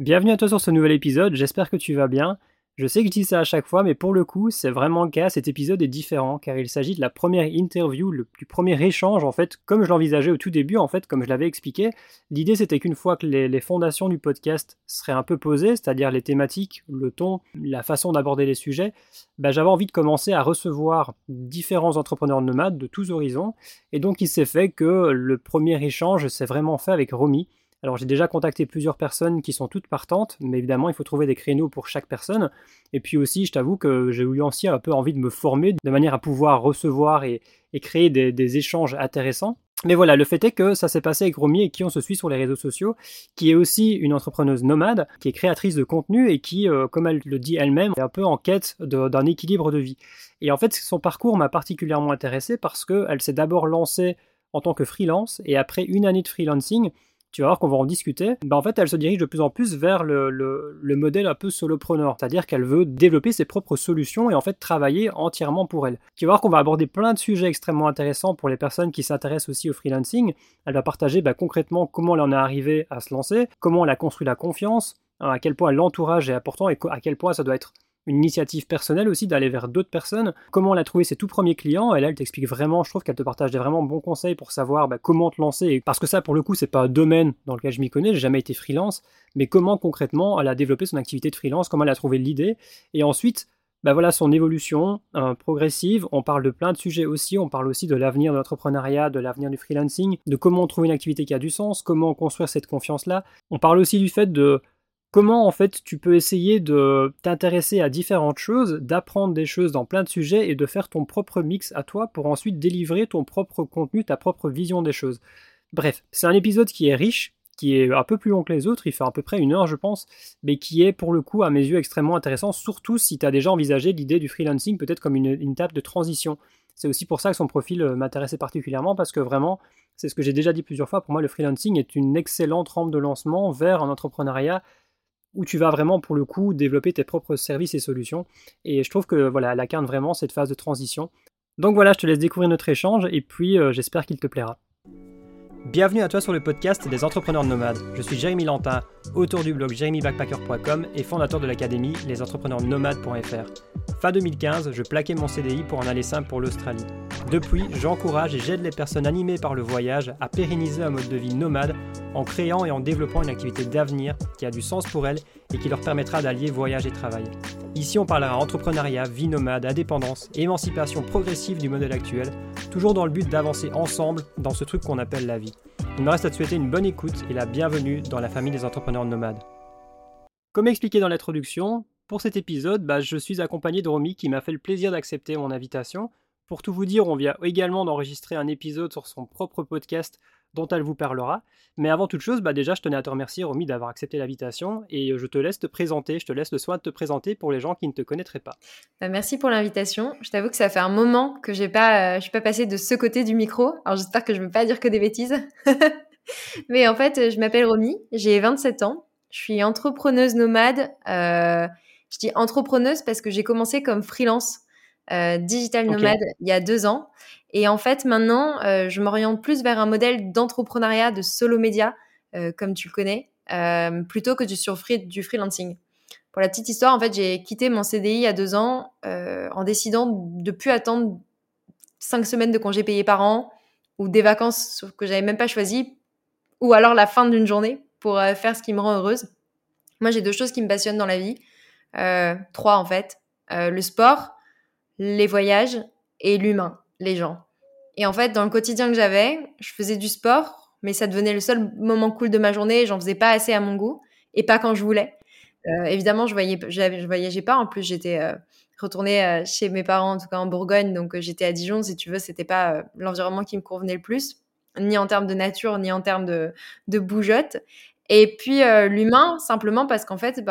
Bienvenue à toi sur ce nouvel épisode, j'espère que tu vas bien. Je sais que je dis ça à chaque fois, mais pour le coup, c'est vraiment le cas, cet épisode est différent, car il s'agit de la première interview, du premier échange, en fait, comme je l'envisageais au tout début, en fait, comme je l'avais expliqué. L'idée, c'était qu'une fois que les fondations du podcast seraient un peu posées, c'est-à-dire les thématiques, le ton, la façon d'aborder les sujets, j'avais envie de commencer à recevoir différents entrepreneurs nomades de tous horizons, et donc il s'est fait que le premier échange s'est vraiment fait avec Romy. Alors j'ai déjà contacté plusieurs personnes qui sont toutes partantes, mais évidemment il faut trouver des créneaux pour chaque personne. Et puis aussi, je t'avoue que j'ai eu aussi un peu envie de me former de manière à pouvoir recevoir et créer des échanges intéressants. Mais voilà, le fait est que ça s'est passé avec Romy et qui on se suit sur les réseaux sociaux, qui est aussi une entrepreneuse nomade, qui est créatrice de contenu et qui, comme elle le dit elle-même, est un peu en quête d'un équilibre de vie. Et en fait, son parcours m'a particulièrement intéressé parce qu'elle s'est d'abord lancée en tant que freelance et après une année de freelancing, tu vas voir qu'on va en discuter, en fait, elle se dirige de plus en plus vers le modèle un peu solopreneur, c'est-à-dire qu'elle veut développer ses propres solutions et en fait travailler entièrement pour elle. Tu vas voir qu'on va aborder plein de sujets extrêmement intéressants pour les personnes qui s'intéressent aussi au freelancing. Elle va partager concrètement comment elle en est arrivée à se lancer, comment elle a construit la confiance, à quel point l'entourage est important et à quel point ça doit être une initiative personnelle aussi d'aller vers d'autres personnes. Comment elle a trouvé ses tout premiers clients, et là elle t'explique vraiment, je trouve qu'elle te partage des vraiment bons conseils pour savoir comment te lancer, parce que ça pour le coup c'est pas un domaine dans lequel je m'y connais, j'ai jamais été freelance, mais comment concrètement elle a développé son activité de freelance, comment elle a trouvé l'idée, et ensuite voilà son évolution progressive. On parle de plein de sujets aussi, on parle aussi de l'avenir de l'entrepreneuriat, de l'avenir du freelancing, de comment trouver une activité qui a du sens, comment construire cette confiance-là. On parle aussi du fait de comment en fait tu peux essayer de t'intéresser à différentes choses, d'apprendre des choses dans plein de sujets et de faire ton propre mix à toi pour ensuite délivrer ton propre contenu, ta propre vision des choses. Bref, c'est un épisode qui est riche, qui est un peu plus long que les autres, il fait à peu près 1 heure je pense, mais qui est pour le coup à mes yeux extrêmement intéressant, surtout si tu as déjà envisagé l'idée du freelancing peut-être comme une étape de transition. C'est aussi pour ça que son profil m'intéressait particulièrement, parce que vraiment, c'est ce que j'ai déjà dit plusieurs fois, pour moi le freelancing est une excellente rampe de lancement vers un entrepreneuriat où tu vas vraiment, pour le coup, développer tes propres services et solutions. Et je trouve que voilà, elle incarne vraiment cette phase de transition. Donc voilà, je te laisse découvrir notre échange et puis j'espère qu'il te plaira. Bienvenue à toi sur le podcast des entrepreneurs nomades. Je suis Jérémy Lantin, auteur du blog jeremybackpacker.com et fondateur de l'académie lesentrepreneursnomades.fr. Fin 2015, je plaquais mon CDI pour en aller simple pour l'Australie. Depuis, j'encourage et j'aide les personnes animées par le voyage à pérenniser un mode de vie nomade en créant et en développant une activité d'avenir qui a du sens pour elles et qui leur permettra d'allier voyage et travail. Ici, on parlera entrepreneuriat, vie nomade, indépendance et émancipation progressive du modèle actuel, toujours dans le but d'avancer ensemble dans ce truc qu'on appelle la vie. Il me reste à te souhaiter une bonne écoute et la bienvenue dans la famille des entrepreneurs nomades. Comme expliqué dans l'introduction, pour cet épisode, je suis accompagné de Romy qui m'a fait le plaisir d'accepter mon invitation. Pour tout vous dire, on vient également d'enregistrer un épisode sur son propre podcast dont elle vous parlera. Mais avant toute chose, déjà, je tenais à te remercier, Romy, d'avoir accepté l'invitation et je te laisse te présenter, je te laisse le soin de te présenter pour les gens qui ne te connaîtraient pas. Merci pour l'invitation. Je t'avoue que ça fait un moment que je suis pas passée de ce côté du micro. Alors j'espère que je ne vais pas dire que des bêtises. Mais en fait, je m'appelle Romy, j'ai 27 ans. Je suis entrepreneuse nomade. Je dis entrepreneuse parce que j'ai commencé comme freelance digital nomade il y a 2 ans. Et en fait, maintenant, je m'oriente plus vers un modèle d'entrepreneuriat, de solo média, comme tu le connais, plutôt que du freelancing. Pour la petite histoire, en fait, j'ai quitté mon CDI il y a 2 ans en décidant de plus attendre 5 semaines de congés payés par an ou des vacances que j'avais même pas choisies, ou alors la fin d'une journée pour faire ce qui me rend heureuse. Moi, j'ai 2 choses qui me passionnent dans la vie. 3 en fait. Le sport, les voyages et l'humain, les gens. Et en fait, dans le quotidien que j'avais, je faisais du sport, mais ça devenait le seul moment cool de ma journée. J'en faisais pas assez à mon goût et pas quand je voulais. Évidemment, je voyageais pas. En plus, j'étais retournée chez mes parents, en tout cas en Bourgogne. Donc, j'étais à Dijon. Si tu veux, c'était pas l'environnement qui me convenait le plus, ni en termes de nature, ni en termes de bougeotte. Et puis, l'humain, simplement parce qu'en fait,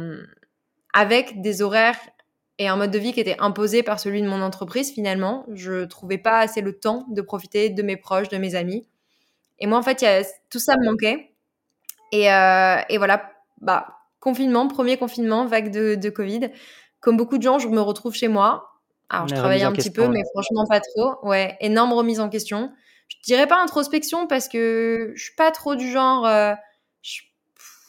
avec des horaires et un mode de vie qui était imposé par celui de mon entreprise, finalement, je trouvais pas assez le temps de profiter de mes proches, de mes amis. Et moi, en fait, tout ça me manquait. Et voilà, confinement, premier confinement, vague de Covid. Comme beaucoup de gens, je me retrouve chez moi. Alors, je travaille un petit peu, mais franchement, pas trop. Ouais, énorme remise en question. Je dirais pas introspection parce que je suis pas trop du genre...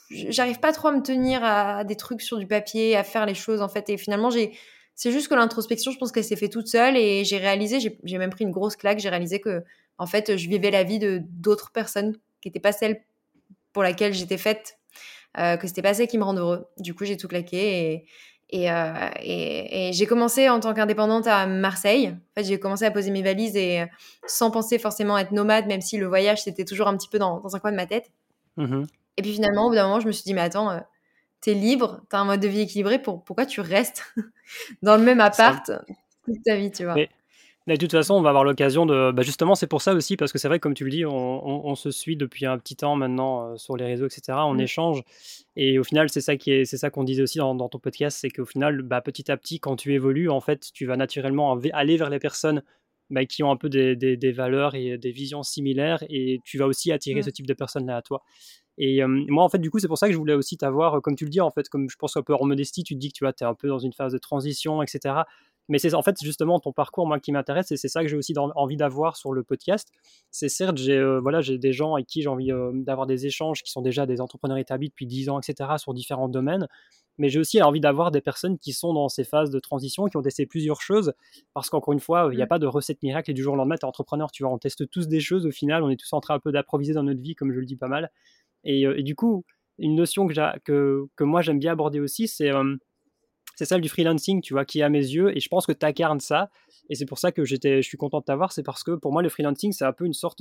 j'arrive pas trop à me tenir à des trucs sur du papier, à faire les choses en fait. Et finalement, c'est juste que l'introspection, je pense qu'elle s'est fait toute seule et j'ai réalisé, j'ai même pris une grosse claque. J'ai réalisé que en fait, je vivais la vie de d'autres personnes qui n'étaient pas celle pour laquelle j'étais faite, que c'était pas celle qui me rend heureux. Du coup, j'ai tout claqué et j'ai commencé en tant qu'indépendante à Marseille. En fait, j'ai commencé à poser mes valises et sans penser forcément être nomade, même si le voyage c'était toujours un petit peu dans un coin de ma tête. Mhm. Et puis finalement, au bout d'un moment, je me suis dit, mais attends, t'es libre, t'as un mode de vie équilibré, pourquoi tu restes dans le même Ça, appart toute ta vie, tu vois? mais Mais de toute façon, on va avoir l'occasion de justement, c'est pour ça aussi, parce que c'est vrai, comme tu le dis, on se suit depuis un petit temps maintenant, sur les réseaux et cetera. On Mmh. échange et au final, c'est ça qu'on disait aussi dans ton podcast, c'est qu'au final, petit à petit, quand tu évolues, en fait, tu vas naturellement aller vers les personnes, qui ont un peu des valeurs et des visions similaires et tu vas aussi attirer Mmh. ce type de personnes-là à toi. Et moi, en fait, du coup, c'est pour ça que je voulais aussi t'avoir, comme tu le dis, en fait, comme je pense un peu en modestie, tu te dis que tu vois, es un peu dans une phase de transition, et cetera. Mais c'est en fait justement ton parcours, moi, qui m'intéresse, et c'est ça que j'ai aussi envie d'avoir sur le podcast. C'est certes, j'ai des gens avec qui j'ai envie d'avoir des échanges qui sont déjà des entrepreneurs établis depuis 10 ans, et cetera, sur différents domaines. Mais j'ai aussi envie d'avoir des personnes qui sont dans ces phases de transition, qui ont testé plusieurs choses, parce qu'encore une fois, il n'y a Mmh. pas de recette miracle et du jour au lendemain, tu es entrepreneur, tu vois, on teste tous des choses au final, on est tous en train un peu d'improviser dans notre vie, comme je le dis pas mal. Et du coup, une notion que moi j'aime bien aborder aussi, c'est celle du freelancing, tu vois, qui est à mes yeux, et je pense que tu incarnes ça. Et c'est pour ça que je suis content de t'avoir, c'est parce que pour moi, le freelancing, c'est un peu une sorte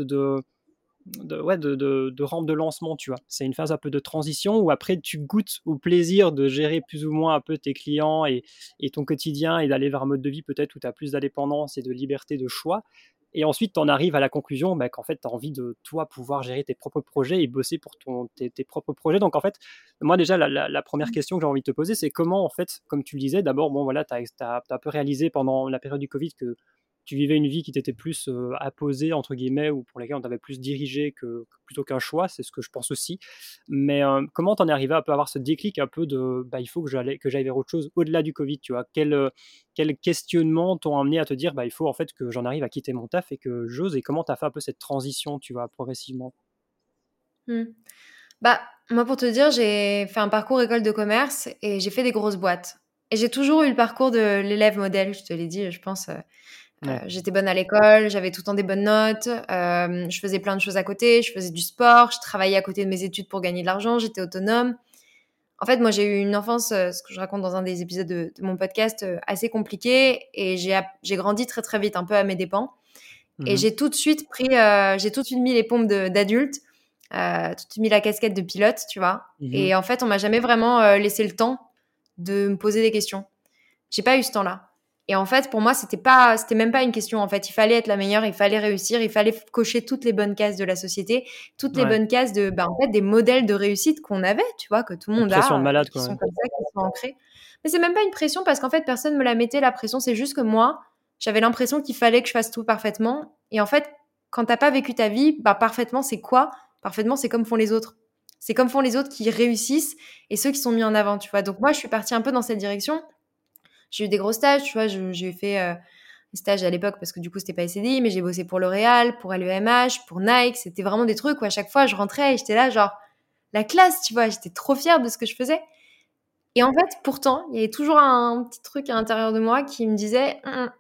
de rampe de lancement, tu vois. C'est une phase un peu de transition où après, tu goûtes au plaisir de gérer plus ou moins un peu tes clients et ton quotidien et d'aller vers un mode de vie peut-être où tu as plus d'indépendance et de liberté de choix. Et ensuite, tu en arrives à la conclusion qu'en fait, tu as envie de, toi, pouvoir gérer tes propres projets et bosser pour tes propres projets. Donc, en fait, moi, déjà, la première question que j'ai envie de te poser, c'est comment, en fait, comme tu le disais, d'abord, bon, voilà, tu as un peu réalisé pendant la période du Covid que tu vivais une vie qui t'était plus apposée, entre guillemets, ou pour laquelle on t'avait plus dirigé plutôt qu'un choix, c'est ce que je pense aussi. Mais comment t'en es arrivé à peu avoir ce déclic un peu de il faut que j'aille vers autre chose au-delà du Covid, tu vois? Quels questionnements t'ont amené à te dire il faut en fait que j'en arrive à quitter mon taf et que j'ose, et comment t'as fait un peu cette transition, tu vois, progressivement? Mmh. Bah, moi, pour te dire, j'ai fait un parcours école de commerce et j'ai fait des grosses boîtes. Et j'ai toujours eu le parcours de l'élève modèle, je te l'ai dit, je pense. Ouais. J'étais bonne à l'école, j'avais tout le temps des bonnes notes, je faisais plein de choses à côté, je faisais du sport, je travaillais à côté de mes études pour gagner de l'argent, j'étais autonome. En fait, moi, j'ai eu une enfance, ce que je raconte dans un des épisodes de mon podcast, assez compliquée et j'ai grandi très, très vite, un peu à mes dépens. Et Mmh. j'ai tout de suite mis les pompes d'adulte, tout de suite mis la casquette de pilote, tu vois. Mmh. Et en fait, on m'a jamais vraiment laissé le temps de me poser des questions. J'ai pas eu ce temps-là. Et en fait, pour moi, c'était même pas une question. En fait, il fallait être la meilleure, il fallait réussir, il fallait cocher toutes les bonnes cases de la société, toutes les Ouais. bonnes cases en fait, des modèles de réussite qu'on avait, tu vois, que tout le Une monde pression de a, malade, qui quoi, sont ouais. comme ça, qui sont ancrés. Mais c'est même pas une pression parce qu'en fait, personne me la mettait, la pression. C'est juste que moi, j'avais l'impression qu'il fallait que je fasse tout parfaitement. Et en fait, quand t'as pas vécu ta vie, parfaitement, c'est quoi? Parfaitement, c'est comme font les autres. C'est comme font les autres qui réussissent et ceux qui sont mis en avant, tu vois. Donc moi, je suis partie un peu dans cette direction. J'ai eu des gros stages, tu vois, j'ai fait des stages à l'époque parce que du coup, c'était pas SCDI, mais j'ai bossé pour L'Oréal, pour LVMH, pour Nike. C'était vraiment des trucs où à chaque fois, je rentrais et j'étais là, genre, la classe, tu vois, j'étais trop fière de ce que je faisais. Et en fait, pourtant, il y avait toujours un petit truc à l'intérieur de moi qui me disait,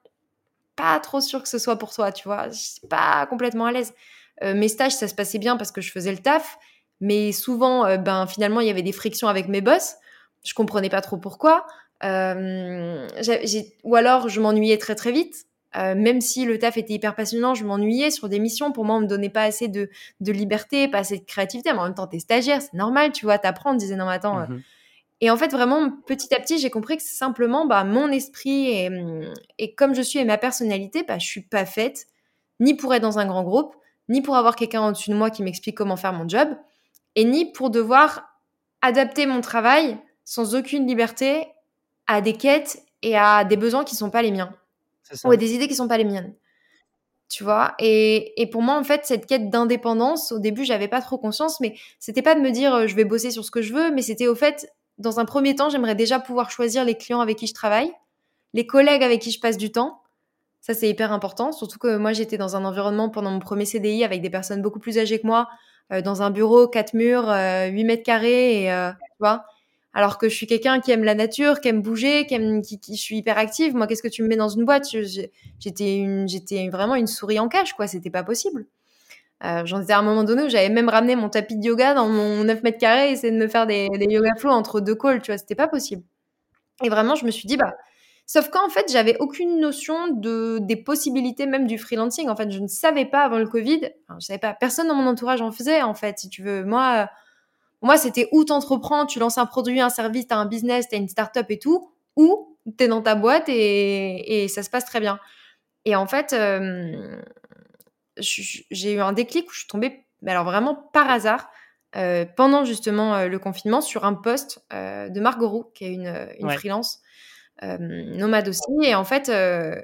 pas trop sûr que ce soit pour toi, tu vois, je suis pas complètement à l'aise. Mes stages, ça se passait bien parce que je faisais le taf, mais souvent, finalement, il y avait des frictions avec mes boss. Je comprenais pas trop pourquoi. Ou alors, je m'ennuyais très très vite. Même si le taf était hyper passionnant, je m'ennuyais sur des missions. Pour moi, on me donnait pas assez de liberté, pas assez de créativité. Mais en même temps, t'es stagiaire, c'est normal, tu vois, t'apprends. On me disait, non, mais attends. Mmh. Et en fait, vraiment, petit à petit, j'ai compris que c'est simplement mon esprit et comme je suis et ma personnalité, je suis pas faite ni pour être dans un grand groupe, ni pour avoir quelqu'un au-dessus de moi qui m'explique comment faire mon job, et ni pour devoir adapter mon travail sans aucune liberté à des quêtes et à des besoins qui sont pas les miens, C'est ou à ça. des idées qui sont pas les miennes. Tu vois, et pour moi, en fait, cette quête d'indépendance, au début, j'avais pas trop conscience, mais c'était pas de me dire je vais bosser sur ce que je veux, mais c'était au fait, dans un premier temps, j'aimerais déjà pouvoir choisir les clients avec qui je travaille, les collègues avec qui je passe du temps. Ça, c'est hyper important, surtout que moi, j'étais dans un environnement pendant mon premier CDI avec des personnes beaucoup plus âgées que moi, dans un bureau, 4 murs, 8 mètres carrés, tu vois. Alors que je suis quelqu'un qui aime la nature, qui aime bouger, je suis hyper active. Moi, qu'est-ce que tu me mets dans une boîte? J'étais vraiment une souris en cage, quoi. C'était pas possible. J'en étais à un moment donné où j'avais même ramené mon tapis de yoga dans mon 9 mètres carrés et essayé de me faire des yoga flow entre 2 calls, tu vois. C'était pas possible. Et vraiment, je me suis dit, sauf qu'en fait, j'avais aucune notion des possibilités même du freelancing. En fait, je ne savais pas avant le Covid. Enfin, je savais pas. Personne dans mon entourage en faisait, en fait, si tu veux. Moi, c'était où t'entreprends, tu lances un produit, un service, t'as un business, t'as une start-up et tout, ou t'es dans ta boîte et ça se passe très bien. Et en fait, j'ai eu un déclic où je suis tombée, mais alors vraiment par hasard, pendant justement le confinement, sur un post de Margot Roux, qui est une Ouais. freelance, nomade aussi. Et en fait,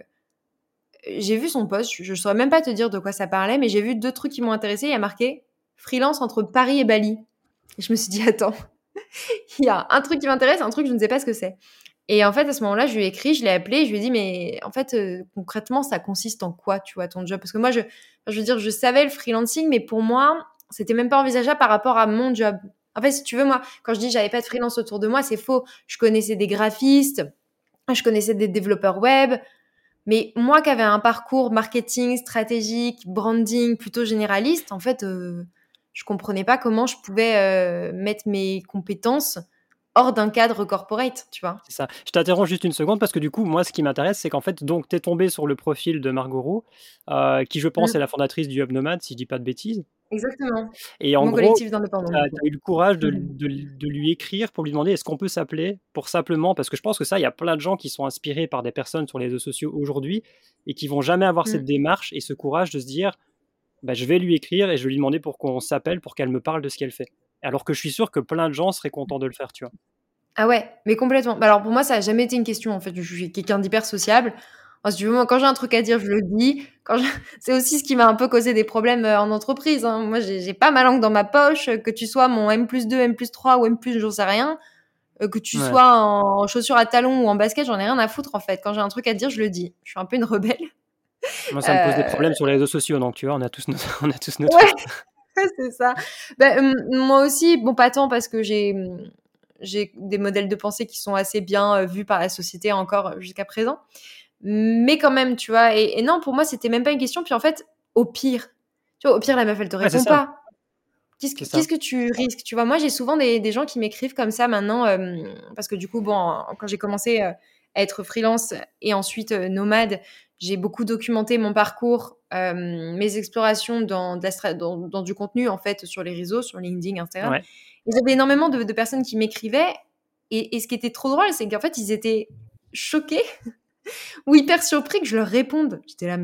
j'ai vu son post, je ne saurais même pas te dire de quoi ça parlait, mais j'ai vu 2 trucs qui m'ont intéressée. Il y a marqué freelance entre Paris et Bali. Et je me suis dit, attends, il y a un truc qui m'intéresse, un truc, je ne sais pas ce que c'est. Et en fait, à ce moment-là, je lui ai écrit, je l'ai appelé, je lui ai dit, mais en fait, concrètement, ça consiste en quoi, tu vois, ton job? Parce que moi, je veux dire, je savais le freelancing, mais pour moi, c'était même pas envisageable par rapport à mon job. En fait, si tu veux, moi, quand je dis j'avais pas de freelance autour de moi, c'est faux. Je connaissais des graphistes, je connaissais des développeurs web, mais moi qui avais un parcours marketing, stratégique, branding plutôt généraliste, en fait, je comprenais pas comment je pouvais mettre mes compétences hors d'un cadre corporate, tu vois. C'est ça. Je t'interromps juste une seconde parce que du coup, moi, ce qui m'intéresse, c'est qu'en fait, donc, tu es tombé sur le profil de Margot Roux, qui, je pense, est Mm. la fondatrice du Hub Nomade, si je dis pas de bêtises. Exactement. Et en Mon gros, collectif d'indépendants, tu du as coup. eu le courage de lui écrire pour lui demander est-ce qu'on peut s'appeler pour simplement, parce que je pense que ça, il y a plein de gens qui sont inspirés par des personnes sur les réseaux sociaux aujourd'hui et qui vont jamais avoir cette Mm. démarche et ce courage de se dire bah, je vais lui écrire et je vais lui demander pour qu'on s'appelle pour qu'elle me parle de ce qu'elle fait. Alors que je suis sûr que plein de gens seraient contents de le faire, tu vois. Ah ouais, mais complètement. Alors pour moi, ça a jamais été une question, en fait. Je suis quelqu'un d'hyper sociable. Si tu veux, moi, quand j'ai un truc à dire, je le dis. C'est aussi ce qui m'a un peu causé des problèmes en entreprise, hein. Moi, j'ai pas ma langue dans ma poche. Que tu sois mon M+2, M+3 ou M+, j'en sais rien. Que tu Ouais. sois en chaussures à talons ou en basket, j'en ai rien à foutre, en fait. Quand j'ai un truc à dire, je le dis. Je suis un peu une rebelle. Moi, ça me pose des Euh, problèmes sur les réseaux sociaux, donc tu vois, on a tous nos, on a tous nos Ouais, trucs. c'est ça. Moi aussi, bon, pas tant parce que j'ai des modèles de pensée qui sont assez bien vus par la société encore jusqu'à présent. Mais quand même, tu vois. Et non, pour moi, c'était même pas une question. Puis en fait, au pire, tu vois, au pire, la meuf, elle te Ouais, c'est répond ça, pas. c'est ça. Qu'est-ce que tu risques? Tu vois, moi, j'ai souvent des gens qui m'écrivent comme ça maintenant, parce que du coup, bon, quand j'ai commencé à être freelance et ensuite nomade, j'ai beaucoup documenté mon parcours, mes explorations dans du contenu, en fait, sur les réseaux, sur LinkedIn, Instagram. Ouais. Et j'avais énormément de personnes qui m'écrivaient. Et ce qui était trop drôle, c'est qu'en fait, ils étaient choqués ou hyper surpris que je leur réponde. J'étais là,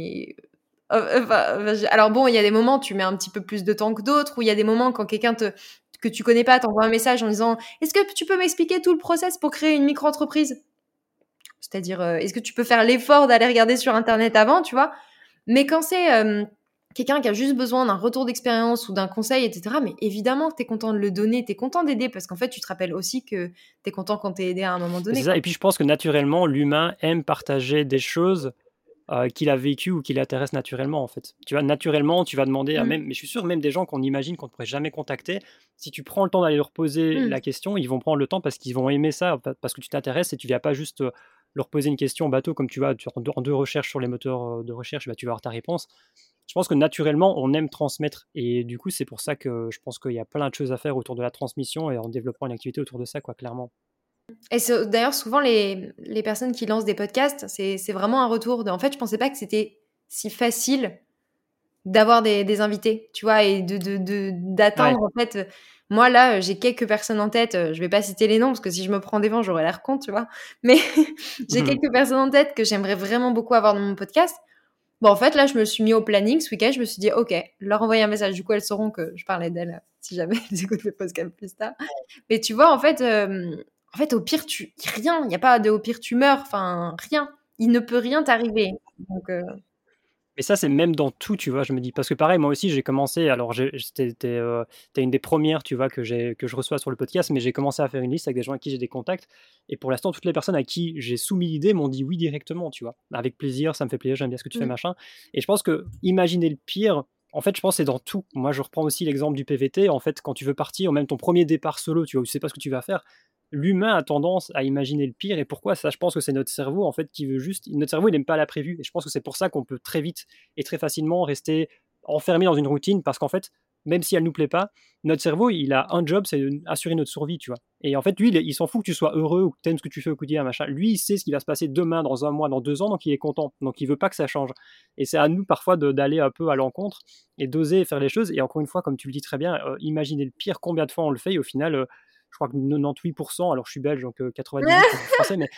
alors bon, il y a des moments, tu mets un petit peu plus de temps que d'autres, ou il y a des moments quand que tu connais pas t'envoie un message en disant est-ce que tu peux m'expliquer tout le process pour créer une micro-entreprise? C'est-à-dire, est-ce que tu peux faire l'effort d'aller regarder sur Internet avant, tu vois? Mais quand c'est quelqu'un qui a juste besoin d'un retour d'expérience ou d'un conseil, etc., mais évidemment que tu es content de le donner, tu es content d'aider parce qu'en fait, tu te rappelles aussi que tu es content quand tu es aidé à un moment Mais c'est donné, ça. Et quoi. puis, je pense que naturellement, l'humain aime partager des choses qu'il a vécues ou qui l'intéressent naturellement, en fait. Tu vois, naturellement, tu vas demander à Mmh. même, mais je suis sûr, même des gens qu'on imagine qu'on ne pourrait jamais contacter, si tu prends le temps d'aller leur poser Mmh. la question, ils vont prendre le temps parce qu'ils vont aimer ça, parce que tu t'intéresses et tu viens pas juste leur poser une question bateau comme tu vas en deux recherches sur les moteurs de recherche, bah, tu vas avoir ta réponse. Je pense que naturellement, on aime transmettre. Et du coup, c'est pour ça que je pense qu'il y a plein de choses à faire autour de la transmission et en développant une activité autour de ça, quoi, clairement. Et d'ailleurs, souvent, les personnes qui lancent des podcasts, c'est vraiment un retour de. En fait, je pensais pas que c'était si facile d'avoir des invités, tu vois, et Ouais. d'atteindre, en fait. Moi, là, j'ai quelques personnes en tête. Je vais pas citer les noms parce que si je me prends des vents, j'aurais l'air con, tu vois. Mais j'ai quelques personnes en tête que j'aimerais vraiment beaucoup avoir dans mon podcast. Bon, en fait, là, je me suis mis au planning ce week-end. Je me suis dit, OK, leur envoyer un message. Du coup, elles sauront que je parlais d'elles si jamais elles écoutent le podcast plus tard. Mais tu vois, en fait, au pire, rien. Il n'y a pas de au pire, tu meurs. Enfin, rien. Il ne peut rien t'arriver. Donc, Mais ça, c'est même dans tout, tu vois? Je me dis parce que pareil, moi aussi, j'ai commencé alors tu une des premières, tu vois, que je reçois sur le podcast, mais j'ai commencé à faire une liste avec des gens avec qui j'ai des contacts et pour l'instant, toutes les personnes à qui j'ai soumis l'idée m'ont dit: «Oui» directement, tu vois? «Avec plaisir, ça me fait plaisir, j'aime bien ce que tu fais», mmh, machin et je pense que imaginer le pire, En fait, je pense que c'est dans tout. Moi, je reprends aussi l'exemple du PVT. En fait, quand tu veux partir, ou même ton premier départ solo, tu vois, tu sais pas ce que tu vas faire, l'humain a tendance à imaginer le pire. Et pourquoi ça? Je pense que c'est notre cerveau, en fait, qui veut juste. Notre cerveau, il n'aime pas l'imprévu. Et je pense que c'est pour ça qu'on peut très vite et très facilement rester enfermé dans une routine, parce qu'en fait, même si elle nous plaît pas, notre cerveau, il a un job, c'est d'assurer notre survie, tu vois. Et en fait, lui, il s'en fout que tu sois heureux ou que tu aimes ce que tu fais au quotidien, machin. Lui, il sait ce qui va se passer demain, dans un mois, dans 2 ans, donc il est content. Donc il veut pas que ça change. Et c'est à nous parfois d'aller un peu à l'encontre et d'oser faire les choses. Et encore une fois, comme tu le dis très bien, imaginer le pire, combien de fois on le fait, et au final, je crois que 98%, alors je suis belge, donc 98 pour le français, mais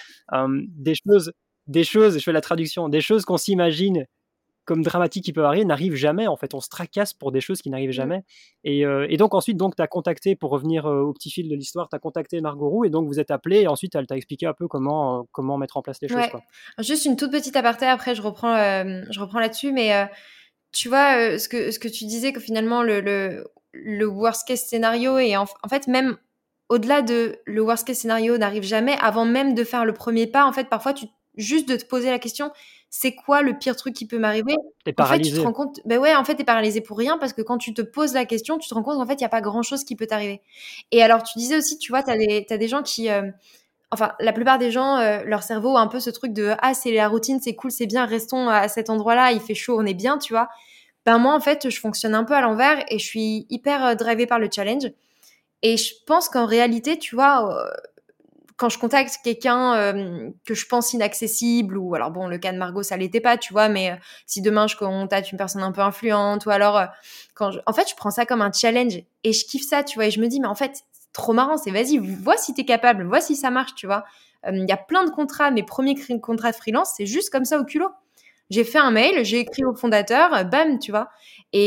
des choses, je fais la traduction, des choses qu'on s'imagine comme dramatiques qui peuvent arriver n'arrivent jamais. En fait, on se tracasse pour des choses qui n'arrivent jamais. Et donc ensuite, donc, tu as contacté, pour revenir au petit fil de l'histoire, tu as contacté Margot Roux, et donc vous êtes appelé, et ensuite elle t'a expliqué un peu comment mettre en place les choses, Ouais. quoi. Juste une toute petite aparté, après je reprends là-dessus, mais tu vois, ce que tu disais, que finalement le worst case scénario, et en fait même au-delà de le worst case scénario n'arrive jamais, avant même de faire le premier pas, en fait parfois juste de te poser la question, c'est quoi le pire truc qui peut m'arriver? T'es En fait, tu te paralysé. rends compte, ben ouais, en fait, t'es paralysé pour rien, parce que quand tu te poses la question, tu te rends compte qu'en fait, il y a pas grand-chose qui peut t'arriver. Et alors, tu disais aussi, tu vois, t'as des gens qui, enfin, la plupart des gens, leur cerveau a un peu ce truc de ah, c'est la routine, c'est cool, c'est bien, restons à cet endroit-là, il fait chaud, on est bien, tu vois. Ben moi, en fait, je fonctionne un peu à l'envers, et je suis hyper drivée par le challenge. Et je pense qu'en réalité, tu vois, quand je contacte quelqu'un que je pense inaccessible, ou alors bon, le cas de Margot, ça l'était pas, tu vois, mais si demain je contacte une personne un peu influente, ou alors en fait, je prends ça comme un challenge, et je kiffe ça, tu vois, et je me dis, mais en fait, c'est trop marrant, c'est vas-y, vois si t'es capable, vois si ça marche, tu vois. Il y a plein de contrats, mes premiers contrats de freelance, c'est juste comme ça au culot. J'ai fait un mail, j'ai écrit au fondateur, bam, tu vois.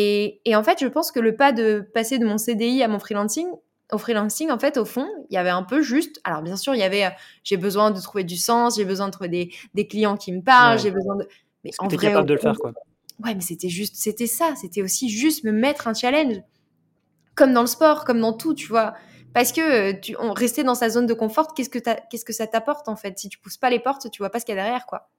Et en fait, je pense que le pas de passer de mon CDI à mon freelancing, au freelancing, en fait, au fond, il y avait un peu juste. Alors, bien sûr, il y avait, j'ai besoin de trouver du sens, j'ai besoin de trouver des clients qui me parlent, Ouais. j'ai besoin de. Mais Est-ce que en tu es vrai, capable de le faire, quoi? ouais, mais c'était juste, c'était ça. C'était aussi juste me mettre un challenge. Comme dans le sport, comme dans tout, tu vois. Parce que rester dans sa zone de confort, qu'est-ce que ça t'apporte, en fait? Si tu pousses pas les portes, tu vois pas ce qu'il y a derrière, quoi.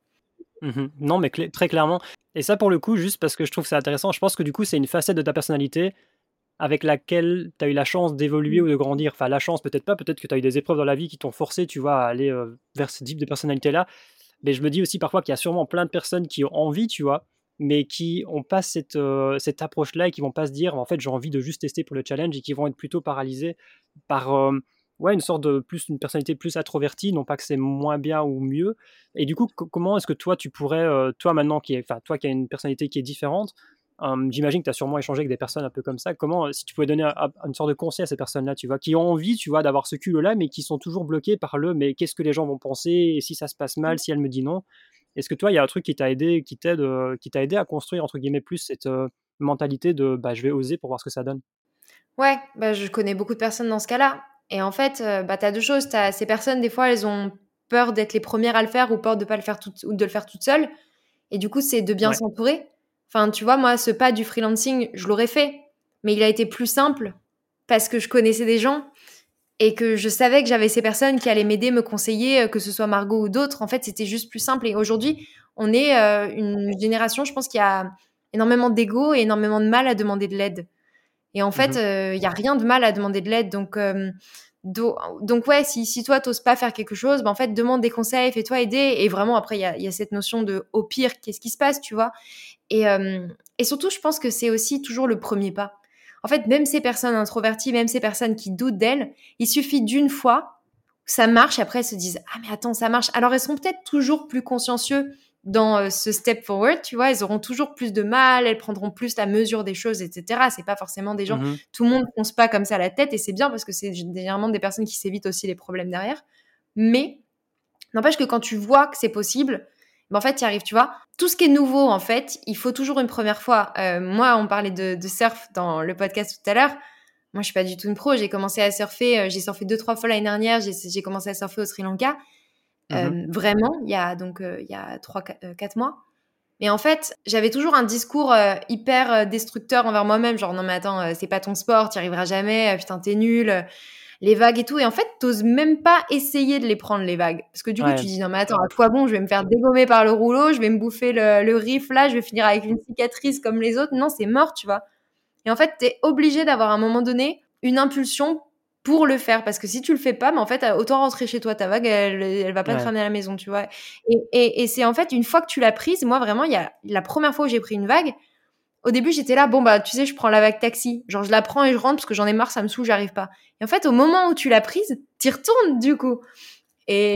Non, mais très clairement. Et ça, pour le coup, juste parce que je trouve ça intéressant, je pense que du coup, c'est une facette de ta personnalité avec laquelle tu as eu la chance d'évoluer ou de grandir. Enfin, la chance, peut-être pas, peut-être que tu as eu des épreuves dans la vie qui t'ont forcé, tu vois, à aller vers ce type de personnalité-là. Mais je me dis aussi parfois qu'il y a sûrement plein de personnes qui ont envie, tu vois, mais qui ont pas cette approche-là, et qui vont pas se dire: «En fait, j'ai envie de juste tester pour le challenge», et qui vont être plutôt paralysés par, ouais, une sorte de plus une personnalité plus introvertie. Non pas que c'est moins bien ou mieux. Et du coup, comment est-ce que toi, tu pourrais, toi maintenant toi qui as une personnalité qui est différente, j'imagine que tu as sûrement échangé avec des personnes un peu comme ça. Comment, si tu pouvais donner une sorte de conseil à ces personnes-là, tu vois, qui ont envie, tu vois, d'avoir ce culot-là, mais qui sont toujours bloqués par mais qu'est-ce que les gens vont penser, et si ça se passe mal, si elle me dit non? Est-ce que toi, il y a un truc qui t'a aidé, qui t'a aidé à construire, entre guillemets, plus cette mentalité de bah, je vais oser pour voir ce que ça donne? Ouais, bah, je connais beaucoup de personnes dans ce cas-là. Et en fait, bah, tu as 2 choses. Tu as ces personnes, des fois, elles ont peur d'être les premières à le faire, ou peur de pas le faire ou de le faire toute seule. Et du coup, c'est de bien Ouais. s'entourer. Enfin, tu vois, moi, ce pas du freelancing, je l'aurais fait, mais il a été plus simple parce que je connaissais des gens, et que je savais que j'avais ces personnes qui allaient m'aider, me conseiller, que ce soit Margot ou d'autres. En fait, c'était juste plus simple. Et aujourd'hui, on est une génération, je pense, qui a énormément d'ego et énormément de mal à demander de l'aide. Et en fait, Mmh. il y a rien de mal à demander de l'aide. Donc ouais, si toi, t'oses pas faire quelque chose, bah, en fait, demande des conseils, fais-toi aider. Et vraiment, après, il y a cette notion de au pire, qu'est-ce qui se passe, tu vois? Et surtout, je pense que c'est aussi toujours le premier pas. En fait, même ces personnes introverties, même ces personnes qui doutent d'elles, il suffit d'une fois, ça marche, après elles se disent ah mais attends, ça marche. Alors elles seront peut-être toujours plus consciencieux dans ce step forward, tu vois, elles auront toujours plus de mal, elles prendront plus la mesure des choses, etc. C'est pas forcément des gens, Mmh. tout le monde ne fonce pas comme ça à la tête, et c'est bien parce que c'est généralement des personnes qui s'évitent aussi les problèmes derrière. Mais n'empêche que quand tu vois que c'est possible, ben en fait, tu y arrives, tu vois. Tout ce qui est nouveau, en fait, il faut toujours une première fois. Moi, on parlait de surf dans le podcast tout à l'heure. Moi, je suis pas du tout une pro. J'ai commencé à surfer, j'ai surfé 2-3 fois l'année dernière. J'ai commencé à surfer au Sri Lanka. Mmh. Vraiment, il y a 4 mois. Mais en fait, j'avais toujours un discours hyper destructeur envers moi-même. Genre, non, mais attends, c'est pas ton sport, tu y arriveras jamais, putain, t'es nul. les vagues et tout. Et en fait, t'oses même pas essayer de les prendre, les vagues. Parce que du coup, tu dis, non, mais attends, à quoi bon, je vais me faire dégommer par le rouleau, je vais me bouffer le riff là, je vais finir avec une cicatrice comme les autres. Non, c'est mort, tu vois. Et en fait, t'es obligé d'avoir à un moment donné une impulsion pour le faire. Parce que si tu le fais pas, mais en fait, autant rentrer chez toi, ta vague, elle va pas te ramener à la maison, tu vois. Et c'est en fait, une fois que tu l'as prise, moi vraiment, il y a la première fois où j'ai pris une vague, au début, j'étais là, bon, bah, tu sais, je prends la vague taxi. Genre, je la prends et je rentre parce que j'en ai marre, ça me saoule, j'arrive pas. Et en fait, au moment où tu l'as prise, t'y retournes, du coup. Et,